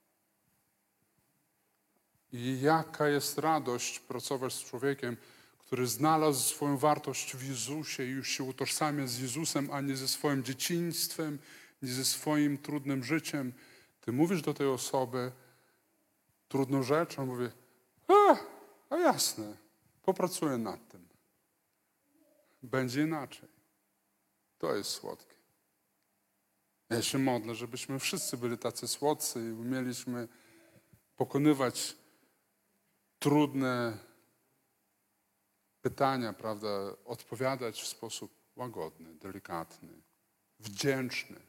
I jaka jest radość pracować z człowiekiem, który znalazł swoją wartość w Jezusie i już się utożsamia z Jezusem, a nie ze swoim dzieciństwem, nie ze swoim trudnym życiem. Ty mówisz do tej osoby trudną rzecz, on mówi, a, a jasne, popracuję nad tym. Będzie inaczej. To jest słodkie. Ja się modlę, żebyśmy wszyscy byli tacy słodcy i umieliśmy pokonywać trudne pytania, prawda, odpowiadać w sposób łagodny, delikatny, wdzięczny.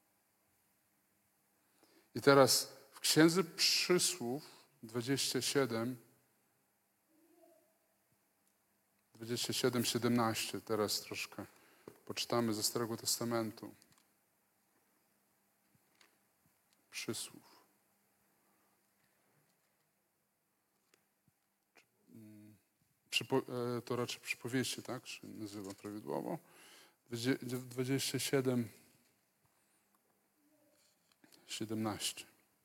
I teraz w Księdze Przysłów dwadzieścia siedem, dwadzieścia siedem, siedemnaście, teraz troszkę poczytamy ze Starego Testamentu. Przysłów. Przypo, to raczej przypowieści, tak? Się nazywa prawidłowo. dwadzieścia siedem, siedemnaście.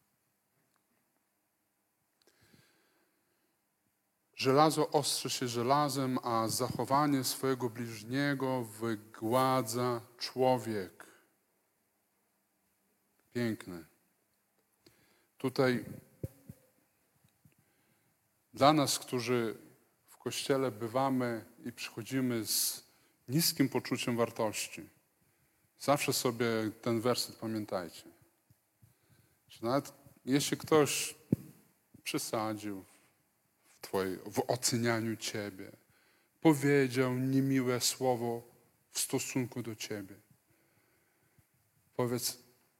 Żelazo ostrzy się żelazem, a zachowanie swojego bliźniego wygładza człowiek. Piękne. Tutaj dla nas, którzy w Kościele bywamy i przychodzimy z niskim poczuciem wartości, zawsze sobie ten werset pamiętajcie. Że nawet jeśli ktoś przesadził w, twojej, w ocenianiu ciebie, powiedział niemiłe słowo w stosunku do ciebie, powiedz,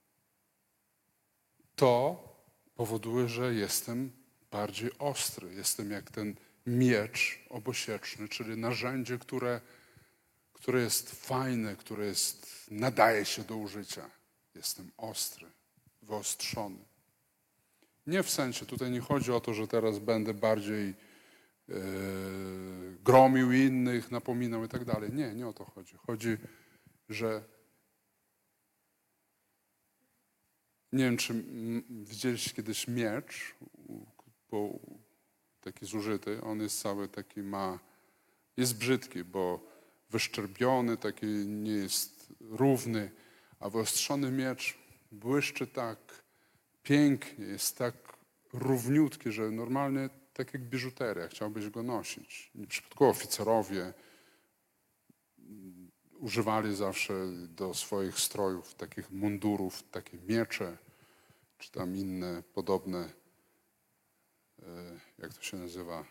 to powoduje, że jestem bardziej ostry. Jestem jak ten miecz obosieczny, czyli narzędzie, które, które jest fajne, które jest, nadaje się do użycia. Jestem ostry, wyostrzony. Nie w sensie, tutaj nie chodzi o to, że teraz będę bardziej yy, gromił innych, napominał i tak dalej. Nie, nie o to chodzi. Chodzi, że nie wiem, czy widzieliście kiedyś miecz, bo taki zużyty, on jest cały taki, ma, jest brzydki, bo wyszczerbiony, taki nie jest równy, a wyostrzony miecz błyszczy tak pięknie, jest tak równiutki, że normalnie tak jak biżuteria, chciałbyś go nosić. Przypadkowo oficerowie używali zawsze do swoich strojów, takich mundurów, takie miecze, czy tam inne podobne, jak to się nazywa,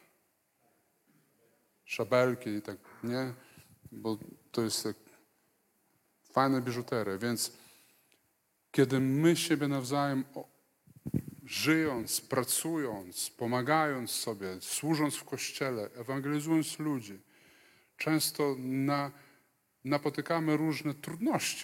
szabelki i tak, nie? Bo to jest tak fajna biżuteria, więc kiedy my siebie nawzajem żyjąc, pracując, pomagając sobie, służąc w Kościele, ewangelizując ludzi, często na, napotykamy różne trudności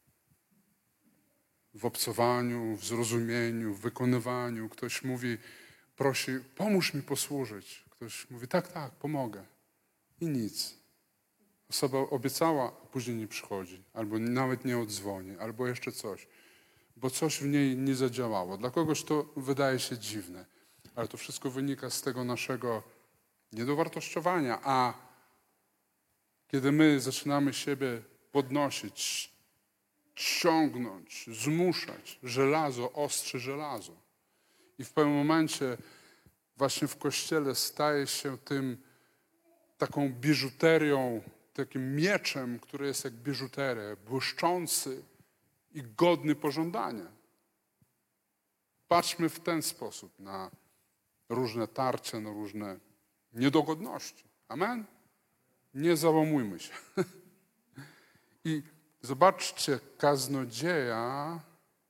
w obcowaniu, w zrozumieniu, w wykonywaniu. Ktoś mówi, prosi, pomóż mi posłużyć. Ktoś mówi, tak, tak, pomogę. I nic. Osoba obiecała, a później nie przychodzi, albo nawet nie odzwoni, albo jeszcze coś, bo coś w niej nie zadziałało. Dla kogoś to wydaje się dziwne, ale to wszystko wynika z tego naszego niedowartościowania, a kiedy my zaczynamy siebie podnosić, ciągnąć, zmuszać, żelazo ostrzy żelazo. I w pewnym momencie właśnie w Kościele staje się tym taką biżuterią, takim mieczem, który jest jak biżuteria, błyszczący i godny pożądania. Patrzmy w ten sposób na różne tarcia, na różne niedogodności. Amen? Nie załamujmy się. I zobaczcie, Kaznodzieja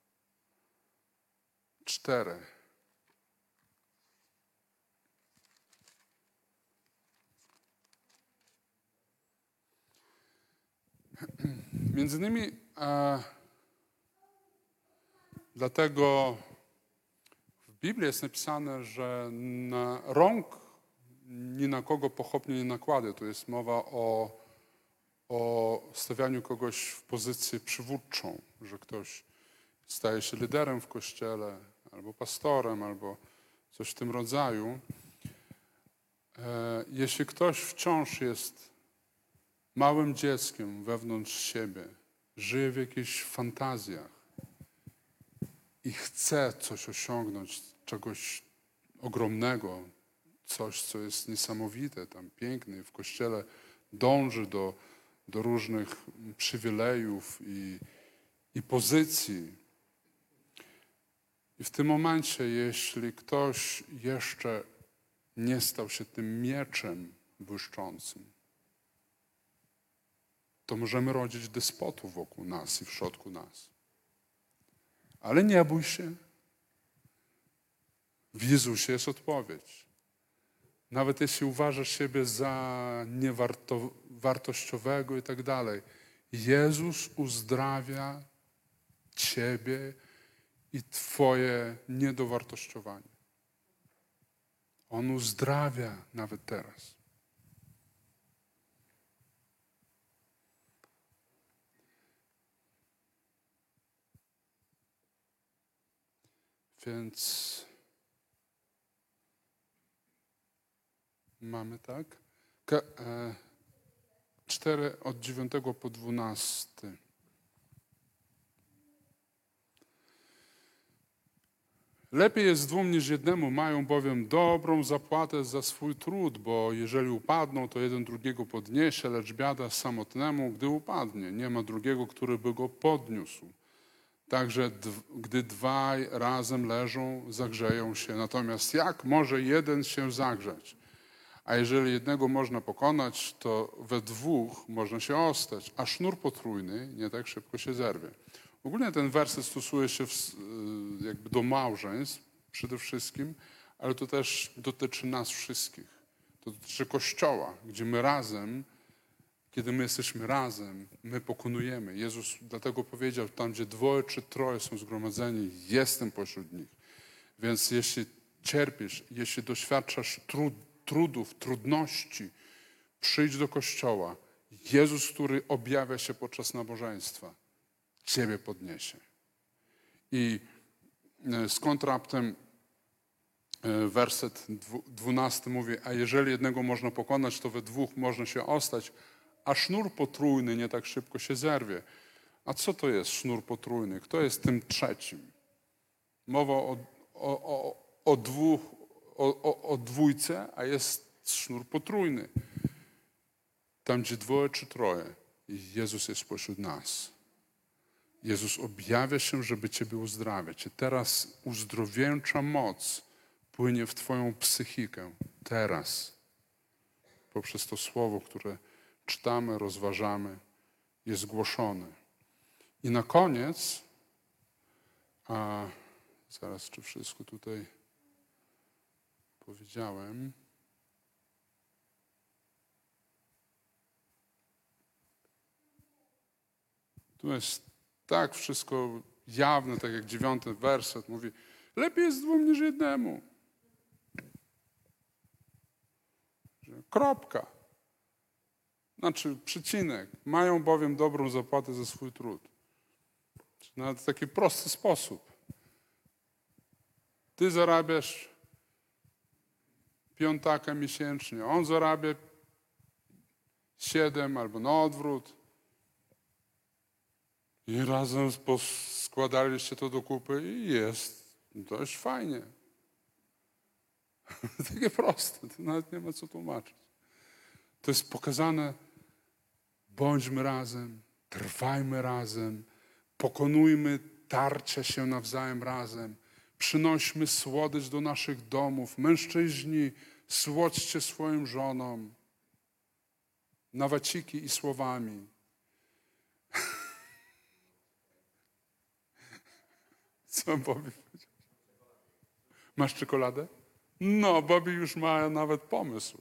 cztery. Między innymi e, dlatego w Biblii jest napisane, że na rąk ni na kogo pochopnie nie nakłady. Tu jest mowa o, o stawianiu kogoś w pozycję przywódczą, że ktoś staje się liderem w kościele, albo pastorem, albo coś w tym rodzaju. E, jeśli ktoś wciąż jest małym dzieckiem wewnątrz siebie, żyje w jakichś fantazjach i chce coś osiągnąć, czegoś ogromnego, coś, co jest niesamowite, tam piękne, w Kościele dąży do, do różnych przywilejów i, i pozycji. I w tym momencie, jeśli ktoś jeszcze nie stał się tym mieczem błyszczącym, to możemy rodzić despotów wokół nas i w środku nas. Ale nie bój się. W Jezusie jest odpowiedź. Nawet jeśli uważasz siebie za niewartościowego i tak dalej, Jezus uzdrawia ciebie i twoje niedowartościowanie. On uzdrawia nawet teraz. Więc mamy tak? Ka, e, cztery od dziewiątego po dwunasty. Lepiej jest dwóm niż jednemu, mają bowiem dobrą zapłatę za swój trud, bo jeżeli upadną, to jeden drugiego podniesie, lecz biada samotnemu, gdy upadnie. Nie ma drugiego, który by go podniósł. Także gdy dwaj razem leżą, zagrzeją się. Natomiast jak może jeden się zagrzać? A jeżeli jednego można pokonać, to we dwóch można się ostać, a sznur potrójny nie tak szybko się zerwie. Ogólnie ten werset stosuje się w, jakby do małżeństw przede wszystkim, ale to też dotyczy nas wszystkich. To dotyczy Kościoła, gdzie my razem, kiedy my jesteśmy razem, my pokonujemy. Jezus dlatego powiedział, tam gdzie dwoje czy troje są zgromadzeni, jestem pośród nich. Więc jeśli cierpisz, jeśli doświadczasz trud, trudów, trudności, przyjdź do Kościoła. Jezus, który objawia się podczas nabożeństwa, ciebie podniesie. I skąd raptem werset dwunasty mówi, a jeżeli jednego można pokonać, to we dwóch można się ostać, a sznur potrójny nie tak szybko się zerwie. A co to jest sznur potrójny? Kto jest tym trzecim? Mowa o, o, o, o dwóch, o, o, o dwójce, a jest sznur potrójny. Tam, gdzie dwoje czy troje, Jezus jest pośród nas. Jezus objawia się, żeby ciebie uzdrawiać. I teraz uzdrowieńcza moc płynie w twoją psychikę. Teraz. Poprzez to słowo, które czytamy, rozważamy, jest głoszone. I na koniec, a zaraz czy wszystko tutaj powiedziałem, tu jest tak wszystko jawne, tak jak dziewiąty werset mówi, lepiej jest dwóm niż jednemu. Kropka. Znaczy przecinek. Mają bowiem dobrą zapłatę za swój trud. Nawet w taki prosty sposób. Ty zarabiasz piątaka miesięcznie, on zarabia siedem albo na odwrót. I razem składaliście to do kupy i jest dość fajnie. Takie proste, to nawet nie ma co tłumaczyć. To jest pokazane, bądźmy razem, trwajmy razem, pokonujmy tarcia się nawzajem razem, przynośmy słodycz do naszych domów. Mężczyźni, słodźcie swoim żonom na waciki i słowami. Co Bobby powiedział? Masz czekoladę? No, Bobby już ma nawet pomysł.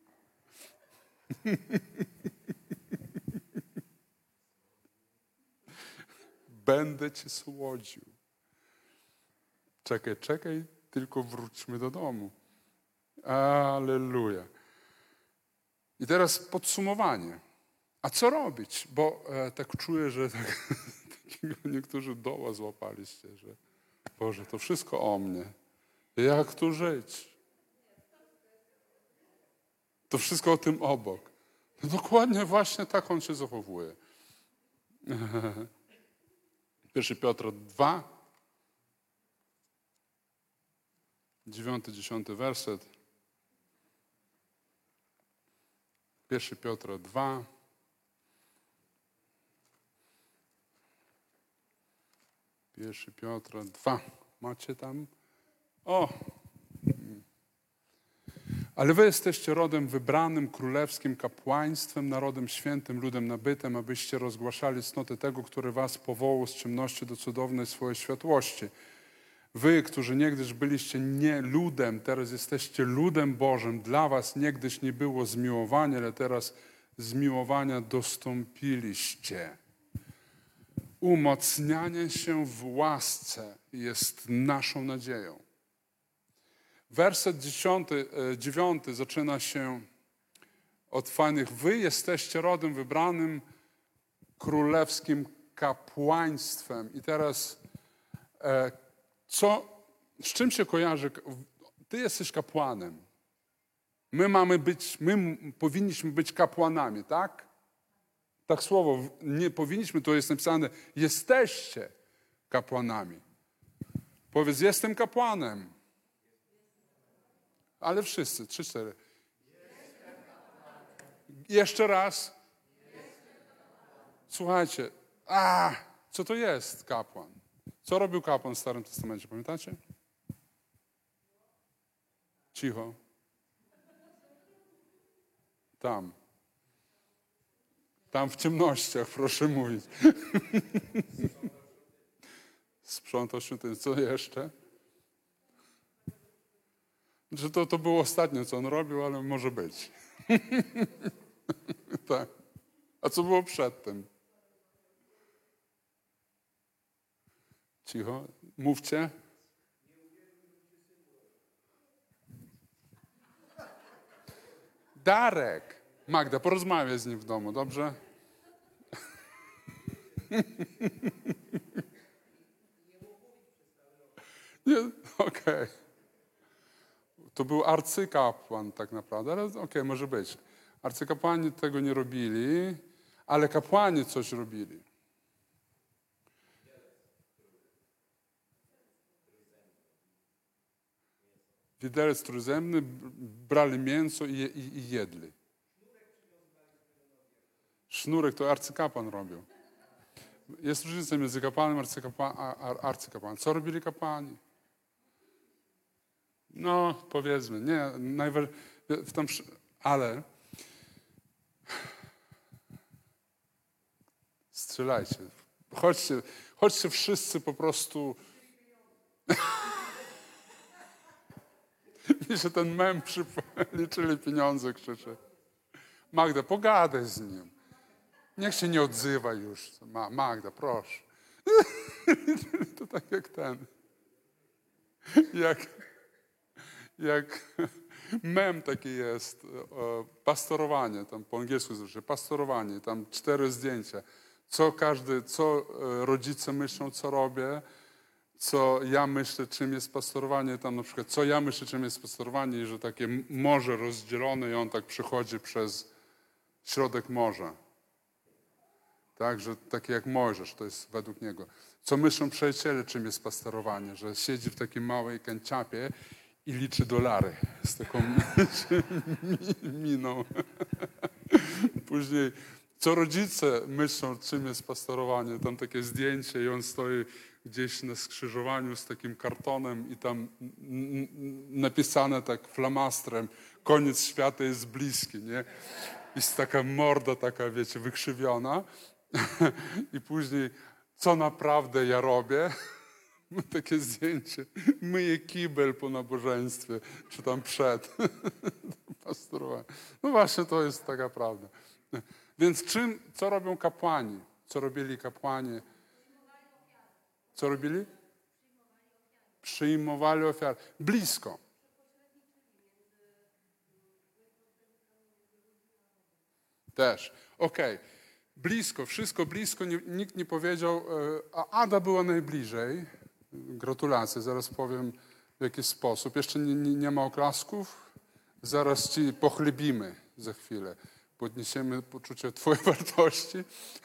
Będę cię słodził. Czekaj, czekaj, tylko wróćmy do domu. Alleluja. I teraz podsumowanie. A co robić? Bo e, tak czuję, że tak, takiego niektórzy doła złapaliście, że Boże, to wszystko o mnie. Jak tu żyć? To wszystko o tym obok. No dokładnie właśnie tak on się zachowuje. Pierwszy Piotra dwa, dziewiąty, dziesiąty werset. Pierwszy Piotra dwa. Pierwszy Piotra dwa. Macie tam? O! Ale wy jesteście rodem wybranym, królewskim kapłaństwem, narodem świętym, ludem nabytym, abyście rozgłaszali cnoty tego, który was powołał z ciemności do cudownej swojej światłości. Wy, którzy niegdyś byliście nie ludem, teraz jesteście ludem Bożym. Dla was niegdyś nie było zmiłowania, ale teraz zmiłowania dostąpiliście. Umacnianie się w łasce jest naszą nadzieją. Werset dziesiąty, dziewiąty zaczyna się od fajnych. Wy jesteście rodem wybranym, królewskim kapłaństwem. I teraz e, co, z czym się kojarzy? Ty jesteś kapłanem. My mamy być, my powinniśmy być kapłanami, tak? Tak słowo, nie powinniśmy, to jest napisane, jesteście kapłanami. Powiedz, jestem kapłanem. Ale wszyscy, trzy, cztery. Jeszcze raz. Słuchajcie, a, co to jest kapłan? Co robił kapłan w Starym Testamencie, pamiętacie? Cicho. Tam. Tam w ciemnościach, proszę mówić. Sprzątał świątynię. Co jeszcze? Że to, to było ostatnie, co on robił, ale może być. Tak. A co było przedtem? Cicho. Mówcie. Darek. Magda, porozmawiaj z nim w domu, dobrze? Nie, okej. Okay. To był arcykapłan tak naprawdę, ale okej, okay, może być. Arcykapłani tego nie robili, ale kapłani coś robili. Widelec trójzębny, brali mięso i, i, i jedli. Sznurek to arcykapłan robił. Jest różnica między kapłanem arcykapłan, a arcykapłanem. Co robili kapłani? No, powiedzmy, nie, najważniejsze, ale strzelajcie. Chodźcie, chodźcie wszyscy po prostu. Mi się ten mem liczyli pieniądze, krzyczy. Magda, pogadaj z nim. Niech się nie odzywa już. Magda, proszę. To tak jak ten. Jak, jak mem taki jest. Pastorowanie, tam po angielsku zresztą, pastorowanie, tam cztery zdjęcia. Co każdy, co rodzice myślą, co robię, co ja myślę, czym jest pastorowanie, tam na przykład, co ja myślę, czym jest pastorowanie, i że takie morze rozdzielone i on tak przechodzi przez środek morza. Tak, że takie jak Mojżesz, to jest według niego. Co myślą przyjaciele, czym jest pastorowanie, że siedzi w takiej małej kanciapie i liczy dolary z taką miną. Później, co rodzice myślą, czym jest pastorowanie. Tam takie zdjęcie i on stoi gdzieś na skrzyżowaniu z takim kartonem i tam napisane tak flamastrem, koniec świata jest bliski, nie? Jest taka morda taka, wiecie, wykrzywiona. I później, co naprawdę ja robię? Takie zdjęcie. Myję kibel po nabożeństwie, czy tam przed. Pastorowanie. No właśnie, to jest taka prawda. Więc czym, co robią kapłani? Co robili kapłani? Co robili? Przyjmowali ofiary. Blisko. Też. Okej. Okay. Blisko, wszystko blisko. Nie, nikt nie powiedział, a Ada była najbliżej. Gratulacje. Zaraz powiem w jaki sposób. Jeszcze nie, nie, nie ma oklasków. Zaraz ci pochlebimy za chwilę. Podniesiemy poczucie twojej wartości.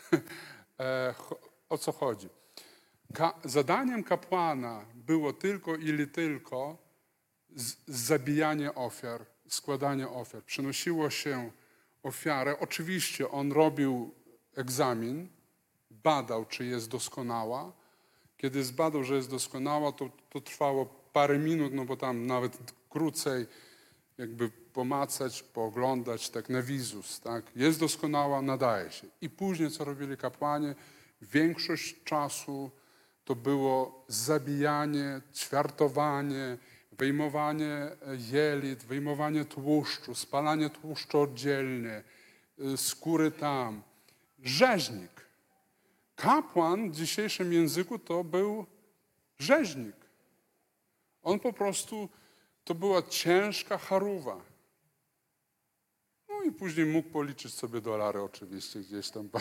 O co chodzi? Ka- zadaniem kapłana było tylko ili tylko z- zabijanie ofiar, składanie ofiar. Przynosiło się ofiarę. Oczywiście on robił egzamin, badał, czy jest doskonała. Kiedy zbadał, że jest doskonała, to, to trwało parę minut, no bo tam nawet krócej jakby pomacać, pooglądać, tak na wizus, tak? Jest doskonała, nadaje się. I później, co robili kapłani, większość czasu to było zabijanie, ćwiartowanie, wyjmowanie jelit, wyjmowanie tłuszczu, spalanie tłuszczu oddzielnie, skóry tam. Rzeźnik. Kapłan w dzisiejszym języku to był rzeźnik. On po prostu, to była ciężka charuwa. No i później mógł policzyć sobie dolary oczywiście gdzieś tam.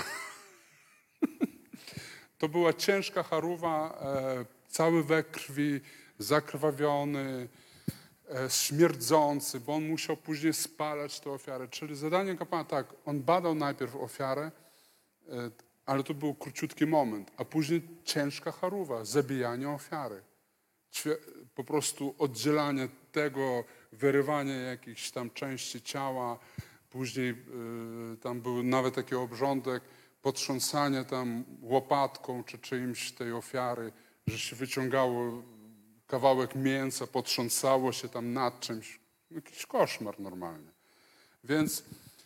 To była ciężka charuwa, e, cały we krwi, zakrwawiony, e, śmierdzący, bo on musiał później spalać tę ofiarę. Czyli zadanie kapłana, tak, on badał najpierw ofiarę, e, ale to był króciutki moment, a później ciężka charuwa, zabijanie ofiary. Po prostu oddzielanie tego, wyrywanie jakichś tam części ciała, później y, tam był nawet taki obrządek, potrząsanie tam łopatką czy czyimś tej ofiary, że się wyciągało kawałek mięsa, potrząsało się tam nad czymś. Jakiś koszmar normalnie. Więc,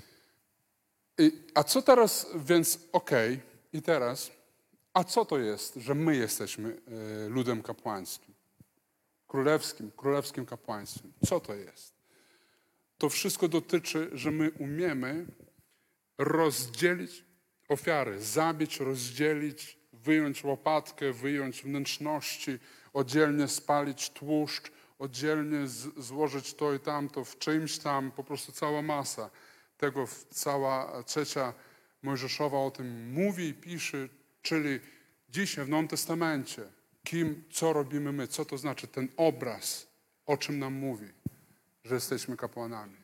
i, a co teraz, więc okej, okay, i teraz, a co to jest, że my jesteśmy y, ludem kapłańskim? Królewskim, królewskim kapłaństwem. Co to jest? To wszystko dotyczy, że my umiemy rozdzielić ofiary, zabić, rozdzielić, wyjąć łopatkę, wyjąć wnętrzności, oddzielnie spalić tłuszcz, oddzielnie z, złożyć to i tamto w czymś tam, po prostu cała masa tego, cała trzecia Mojżeszowa o tym mówi i pisze, czyli dzisiaj w Nowym Testamencie, kim, co robimy my, co to znaczy ten obraz, o czym nam mówi, że jesteśmy kapłanami.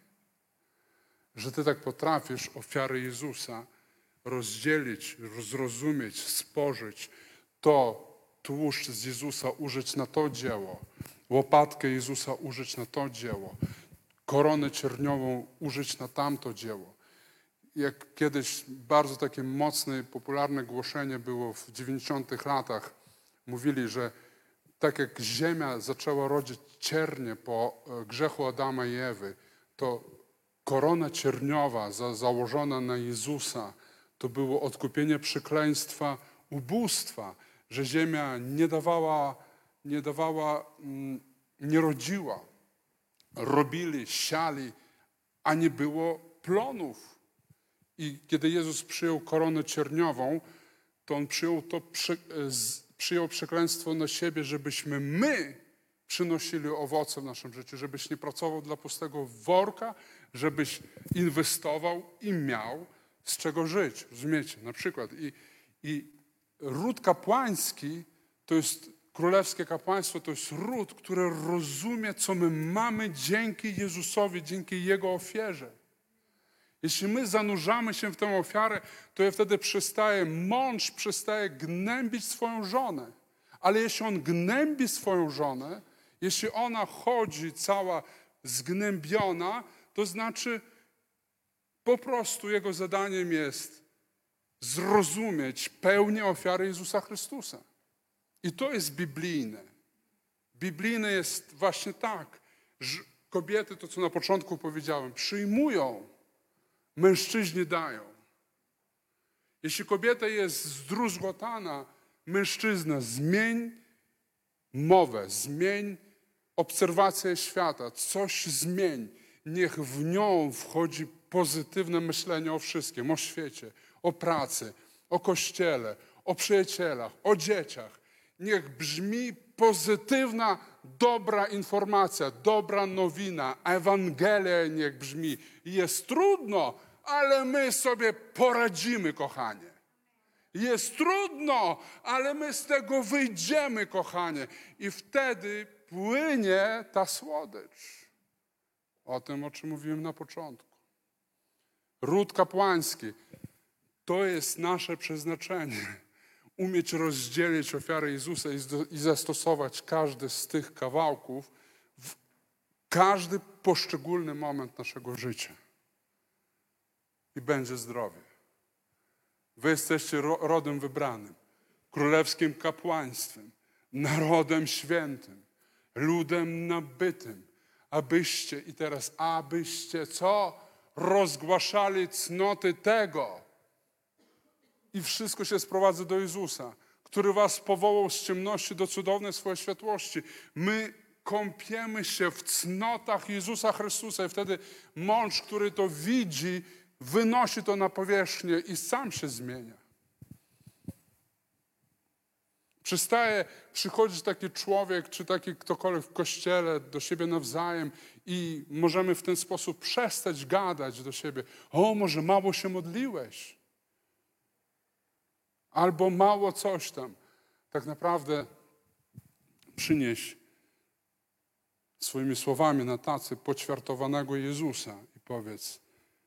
Że ty tak potrafisz ofiary Jezusa rozdzielić, zrozumieć, spożyć, to tłuszcz z Jezusa użyć na to dzieło, łopatkę Jezusa użyć na to dzieło, koronę cierniową użyć na tamto dzieło. Jak kiedyś bardzo takie mocne, popularne głoszenie było w dziewięćdziesiątych latach, mówili, że tak jak ziemia zaczęła rodzić ciernie po grzechu Adama i Ewy, to korona cierniowa za, założona na Jezusa to było odkupienie przekleństwa ubóstwa, że ziemia nie dawała, nie dawała, nie rodziła. Robili, siali, a nie było plonów. I kiedy Jezus przyjął koronę cierniową, to On przyjął to przy, z, przyjął przekleństwo na siebie, żebyśmy my przynosili owoce w naszym życiu, żebyś nie pracował dla pustego worka, żebyś inwestował i miał z czego żyć. Rozumiecie? Na przykład. I, i ród kapłański to jest królewskie kapłaństwo, to jest ród, który rozumie, co my mamy dzięki Jezusowi, dzięki Jego ofierze. Jeśli my zanurzamy się w tę ofiarę, to ja wtedy przestaje, mąż przestaje gnębić swoją żonę. Ale jeśli on gnębi swoją żonę, jeśli ona chodzi cała zgnębiona, to znaczy Po prostu jego zadaniem jest zrozumieć pełnię ofiary Jezusa Chrystusa. I to jest biblijne. Biblijne jest właśnie tak, że kobiety, to co na początku powiedziałem, przyjmują, mężczyźni dają. Jeśli kobieta jest zdruzgotana, mężczyzna, zmień mowę, zmień obserwację świata, coś zmień. Niech w nią wchodzi pozytywne myślenie o wszystkim, o świecie, o pracy, o kościele, o przyjacielach, o dzieciach. Niech brzmi pozytywna, dobra informacja, dobra nowina, Ewangelia niech brzmi. Jest trudno, ale my sobie poradzimy, kochanie. Jest trudno, ale my z tego wyjdziemy, kochanie. I wtedy płynie ta słodycz. O tym, o czym mówiłem na początku. Ród kapłański. To jest nasze przeznaczenie. Umieć rozdzielić ofiarę Jezusa i zastosować każdy z tych kawałków w każdy poszczególny moment naszego życia. I będzie zdrowie. Wy jesteście rodem wybranym, królewskim kapłaństwem, narodem świętym, ludem nabytym, abyście, i teraz abyście co? Rozgłaszali cnoty tego. I wszystko się sprowadza do Jezusa, który was powołał z ciemności do cudownej swojej światłości. My kąpiemy się w cnotach Jezusa Chrystusa i wtedy mąż, który to widzi, wynosi to na powierzchnię i sam się zmienia. Przestaje przychodzić taki człowiek, czy taki ktokolwiek w kościele do siebie nawzajem i możemy w ten sposób przestać gadać do siebie. O, może mało się modliłeś. Albo mało coś tam. Tak naprawdę przynieś swoimi słowami na tacy poćwiartowanego Jezusa i powiedz: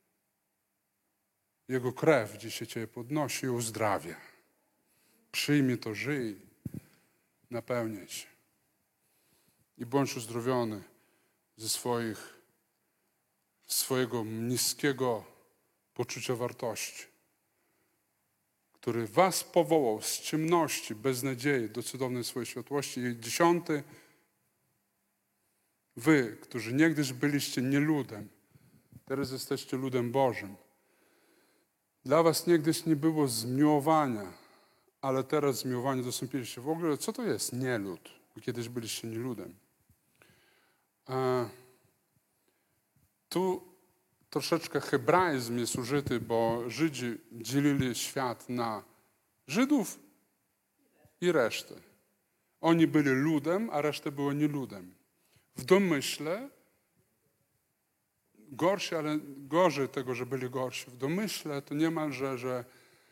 Jego krew dzisiaj cię podnosi i uzdrawia. Przyjmij to, żyj, napełniaj się. I bądź uzdrowiony ze swoich, swojego niskiego poczucia wartości, który was powołał z ciemności, bez nadziei do cudownej swojej światłości. I dziesiąty, wy, którzy niegdyś byliście nieludem, teraz jesteście ludem Bożym. Dla was niegdyś nie było zmiłowania, ale teraz zmiłowanie dostąpiliście. W ogóle co to jest nielud? Wy kiedyś byliście nieludem. A tu troszeczkę hebraizm jest użyty, bo Żydzi dzielili świat na Żydów i resztę. Oni byli ludem, a reszta była nieludem. W domyśle gorsi, ale gorzej tego, że byli gorsi. W domyśle to niemalże, że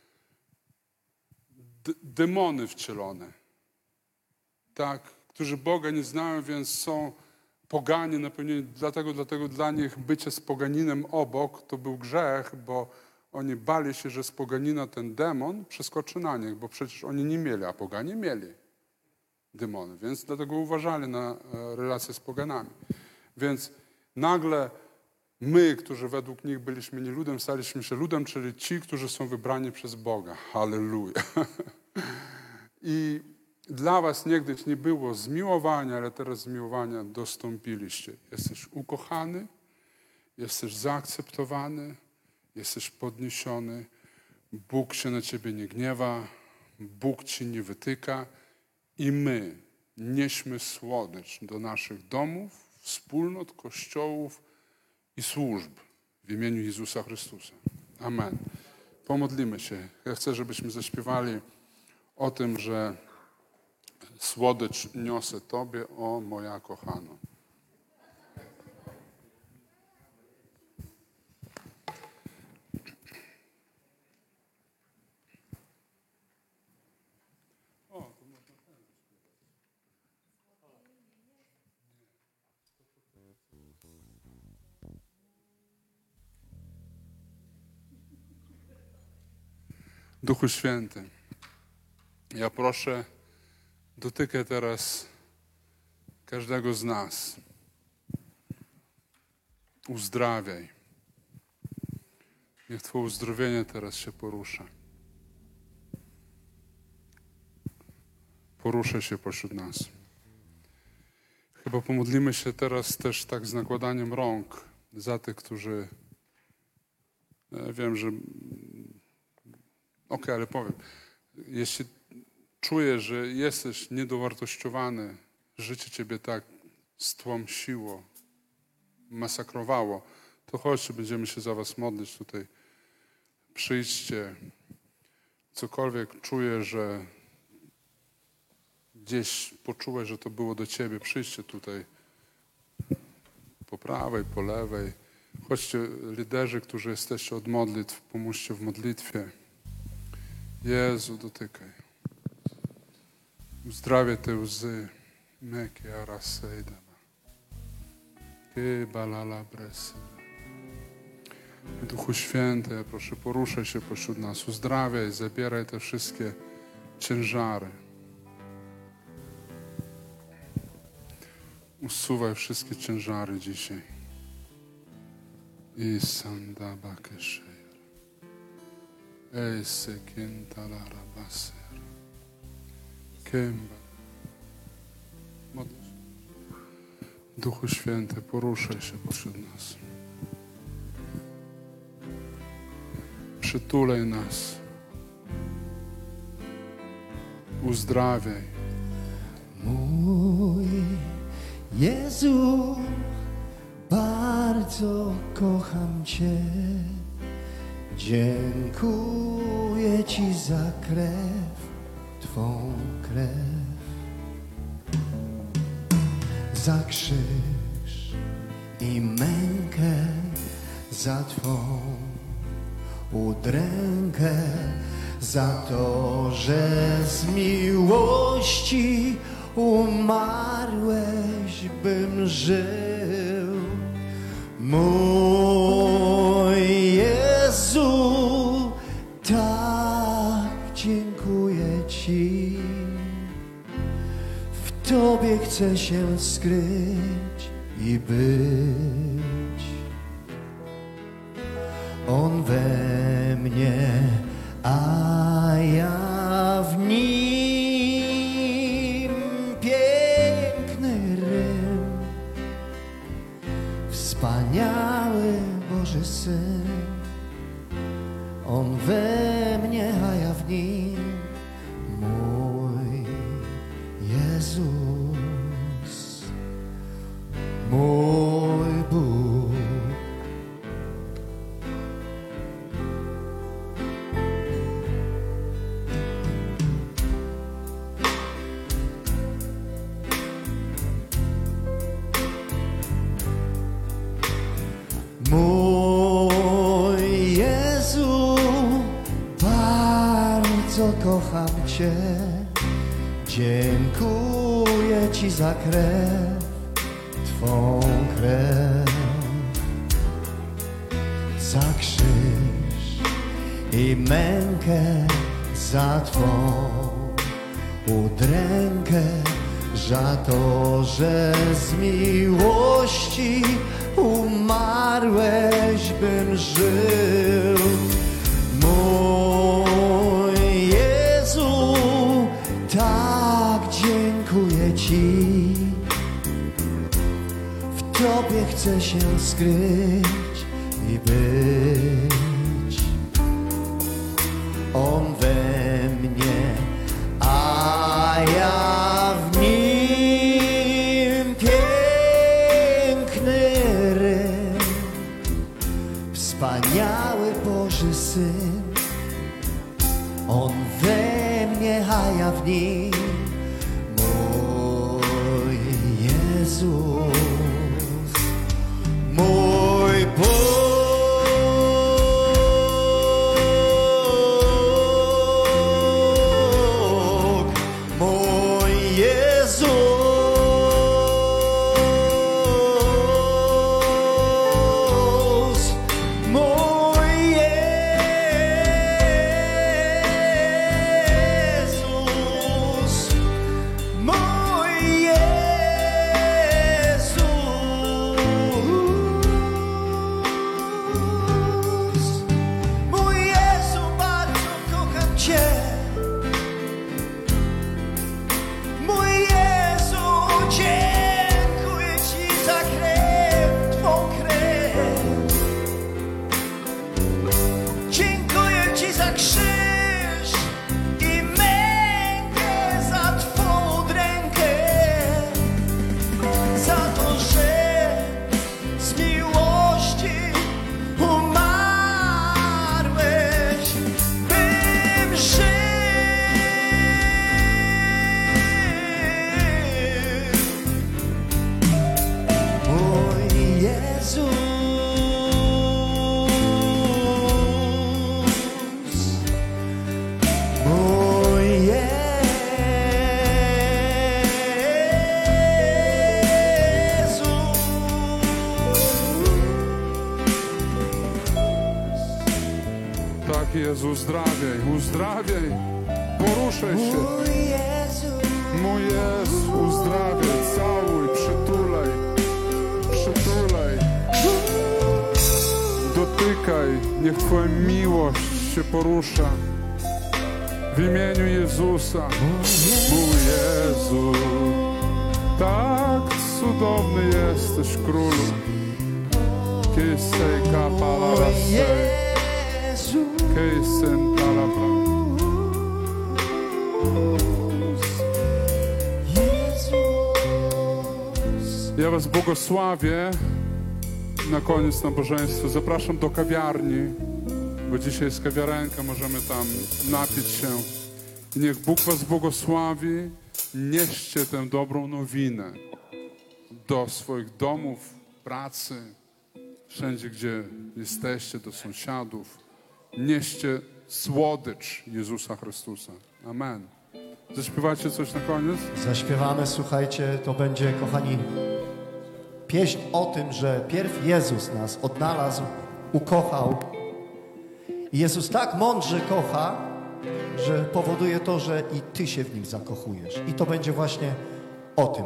d- demony wcielone, tak, którzy Boga nie znają, więc są poganie napełnieni. Dlatego, dlatego dla nich bycie z poganinem obok to był grzech, bo oni bali się, że z poganina ten demon przeskoczy na nich, bo przecież oni nie mieli, a poganie mieli demony, więc dlatego uważali na relacje z poganami. Więc nagle my, którzy według nich byliśmy nie ludem, staliśmy się ludem, czyli ci, którzy są wybrani przez Boga. Halleluja. I dla was niegdyś nie było zmiłowania, ale teraz zmiłowania dostąpiliście. Jesteś ukochany, jesteś zaakceptowany, jesteś podniesiony. Bóg się na ciebie nie gniewa, Bóg ci nie wytyka i my nieśmy słodycz do naszych domów, wspólnot, kościołów i służb w imieniu Jezusa Chrystusa. Amen. Pomodlimy się. Ja chcę, żebyśmy zaśpiewali o tym, że słodycz niosę Tobie, o moja kochana. Duchu Święty, ja proszę, dotykaj teraz każdego z nas. Uzdrawiaj. Niech Twoje uzdrowienie teraz się porusza. Porusza się pośród nas. Chyba pomodlimy się teraz też tak z nakładaniem rąk za tych, którzy... Ja wiem, że... Okej, okay, ale powiem. Jeśli czujesz, że jesteś niedowartościowany, życie Ciebie tak stłamsiło, masakrowało, to chodźcie, będziemy się za Was modlić tutaj. Przyjdźcie. Cokolwiek czuję, że gdzieś poczułeś, że to było do Ciebie, przyjdźcie tutaj. Po prawej, po lewej. Chodźcie, liderzy, którzy jesteście od modlitw, pomóżcie w modlitwie. Jezu, dotykaj. Uzdrawiaj te łzy. Mekie arasejda. Kybalala bresy. Duchu Święty, ja proszę, poruszaj się pośród nas, uzdrawiaj, zabieraj te wszystkie ciężary. Usuwaj wszystkie ciężary dzisiaj. I sandaba kesher. Ej sekintalara baser. Kemba. Modlę się. Duchu Święty, poruszaj się pośród nas. Przytulaj nas. Uzdrawiaj. Mój Jezu, bardzo kocham Cię. Dziękuję Ci za krew, Twą krew. Za krzyż i mękę, za Twą udrękę, za to, że z miłości umarłeś, bym żył. Mój Jezu, tak dziękuję Ci. W Tobie chcę się skryć i być. On we mnie, a ja w Nim. Piękny rym, wspaniały Boży Syn. On we mnie, a ja w Nim. Mój Jezus, mój Bóg. Mój Jezu, bardzo kocham Cię. Dziękuję Ci za krew, Twą krew. Za krzyż i mękę, za Twą udrękę, za to, że z miłości umarłeś, bym żył. Mój Jezu, tak dziękuję Ci. W Tobie chcę się skryć i być. On we mnie, a ja w Nim. Piękny rym, wspaniały Boży Syn. On we mnie, a ja w Nim. Mój Jezus, mój Bóg. Tak jest, uzdrawiaj, uzdrawiaj, poruszaj się. Mój Jezu, Mój Jezu, uzdrawiaj, całuj, przytulaj, przytulaj. Dotykaj, niech Twoja miłość się porusza. W imieniu Jezusa, mój Jezu, tak cudowny jesteś, Królu. Kisej kapalarasej, Jezu, kisej talabra. Ja Was błogosławię na koniec nabożeństwa. Zapraszam do kawiarni, bo dzisiaj jest kawiarenka, możemy tam napić się. I niech Bóg Was błogosławi. Nieście tę dobrą nowinę do swoich domów, pracy, wszędzie, gdzie jesteście, do sąsiadów. Nieście słodycz Jezusa Chrystusa. Amen. Zaśpiewacie coś na koniec? zaśpiewamy, słuchajcie, to będzie, kochani, pieśń o tym, że pierw Jezus nas odnalazł, ukochał. I Jezus tak mądrze kocha, że powoduje to, że i Ty się w Nim zakochujesz. I to będzie właśnie o tym.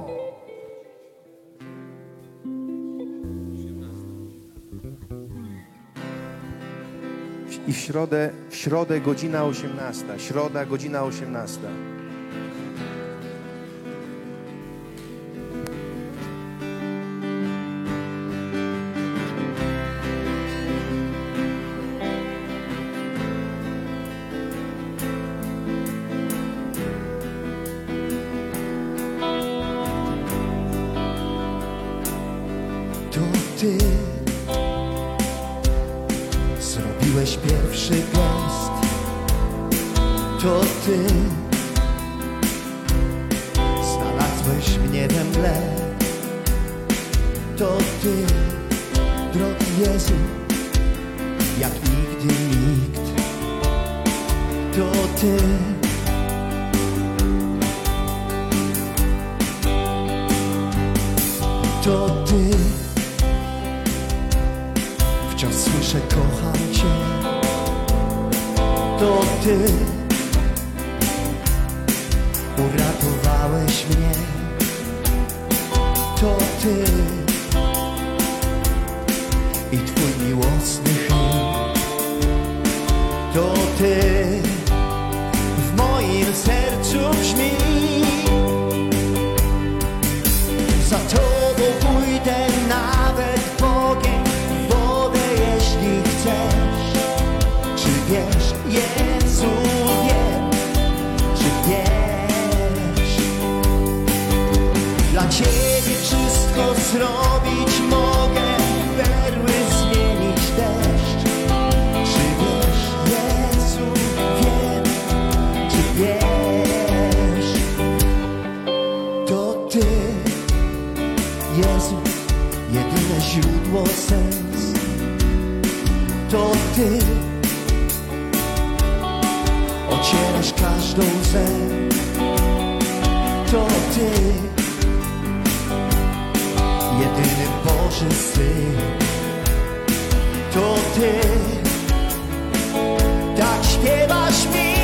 I w środę, w środę godzina osiemnasta. Środa, godzina osiemnasta. To Ty zrobiłeś pierwszy gest. To Ty znalazłeś mnie we mgle. To Ty, drogi Jezu, jak nigdy nikt. To Ty To Ty wciąż słyszę, kocham Cię. To Ty uratowałeś mnie. To Ty i Twój miłosny chył. To Ty w moim sercu brzmi. Za Tobą pójdę nawet w ogień, w wodę, jeśli chcesz. Czy wiesz, Jezu, wiem, czy wiesz? Dla Ciebie wszystko zrobić mogę, perły zmienić deszcz. Czy wiesz, Jezu, wiem, czy wiesz? To Ty, Jezu, jedyne źródło sens. To Ty ocierasz każdą łzę. To Ty, jedyny Boży Syn. To Ty tak śpiewasz mi.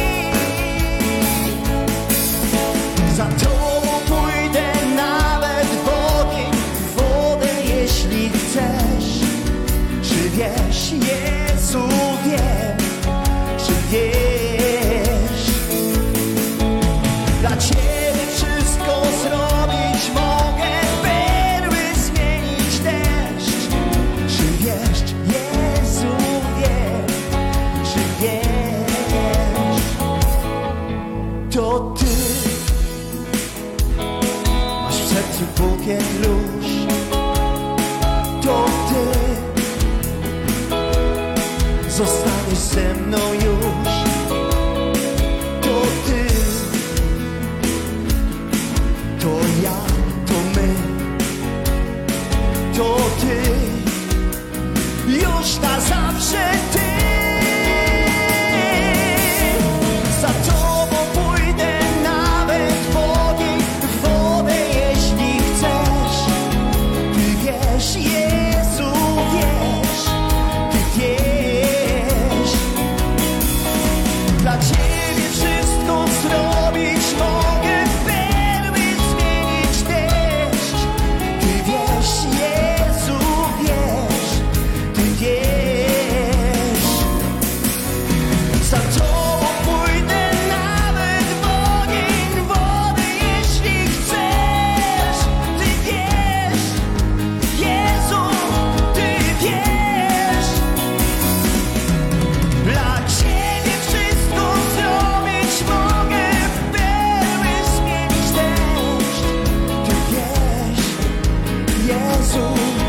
Za Tobą pójdę nawet w ogień, w wodę, jeśli chcesz. Czy wiesz, Jezu, wiem, czy wiesz? Dla Ciebie wszystko zrobić mogę, perły zmienić deszcz. Czy wiesz, Jezu, wiem, czy wiesz? To Ty masz w sercu bukiet róż. To Ty zostaniesz ze mną już. To Ty, to ja, to my. To Ty, już na zawsze Ty. Za Tobą pójdę nawet w ogień, w wodę, jeśli chcesz. Ty wiesz, Jezu, wiesz, Ty wiesz. Jezu.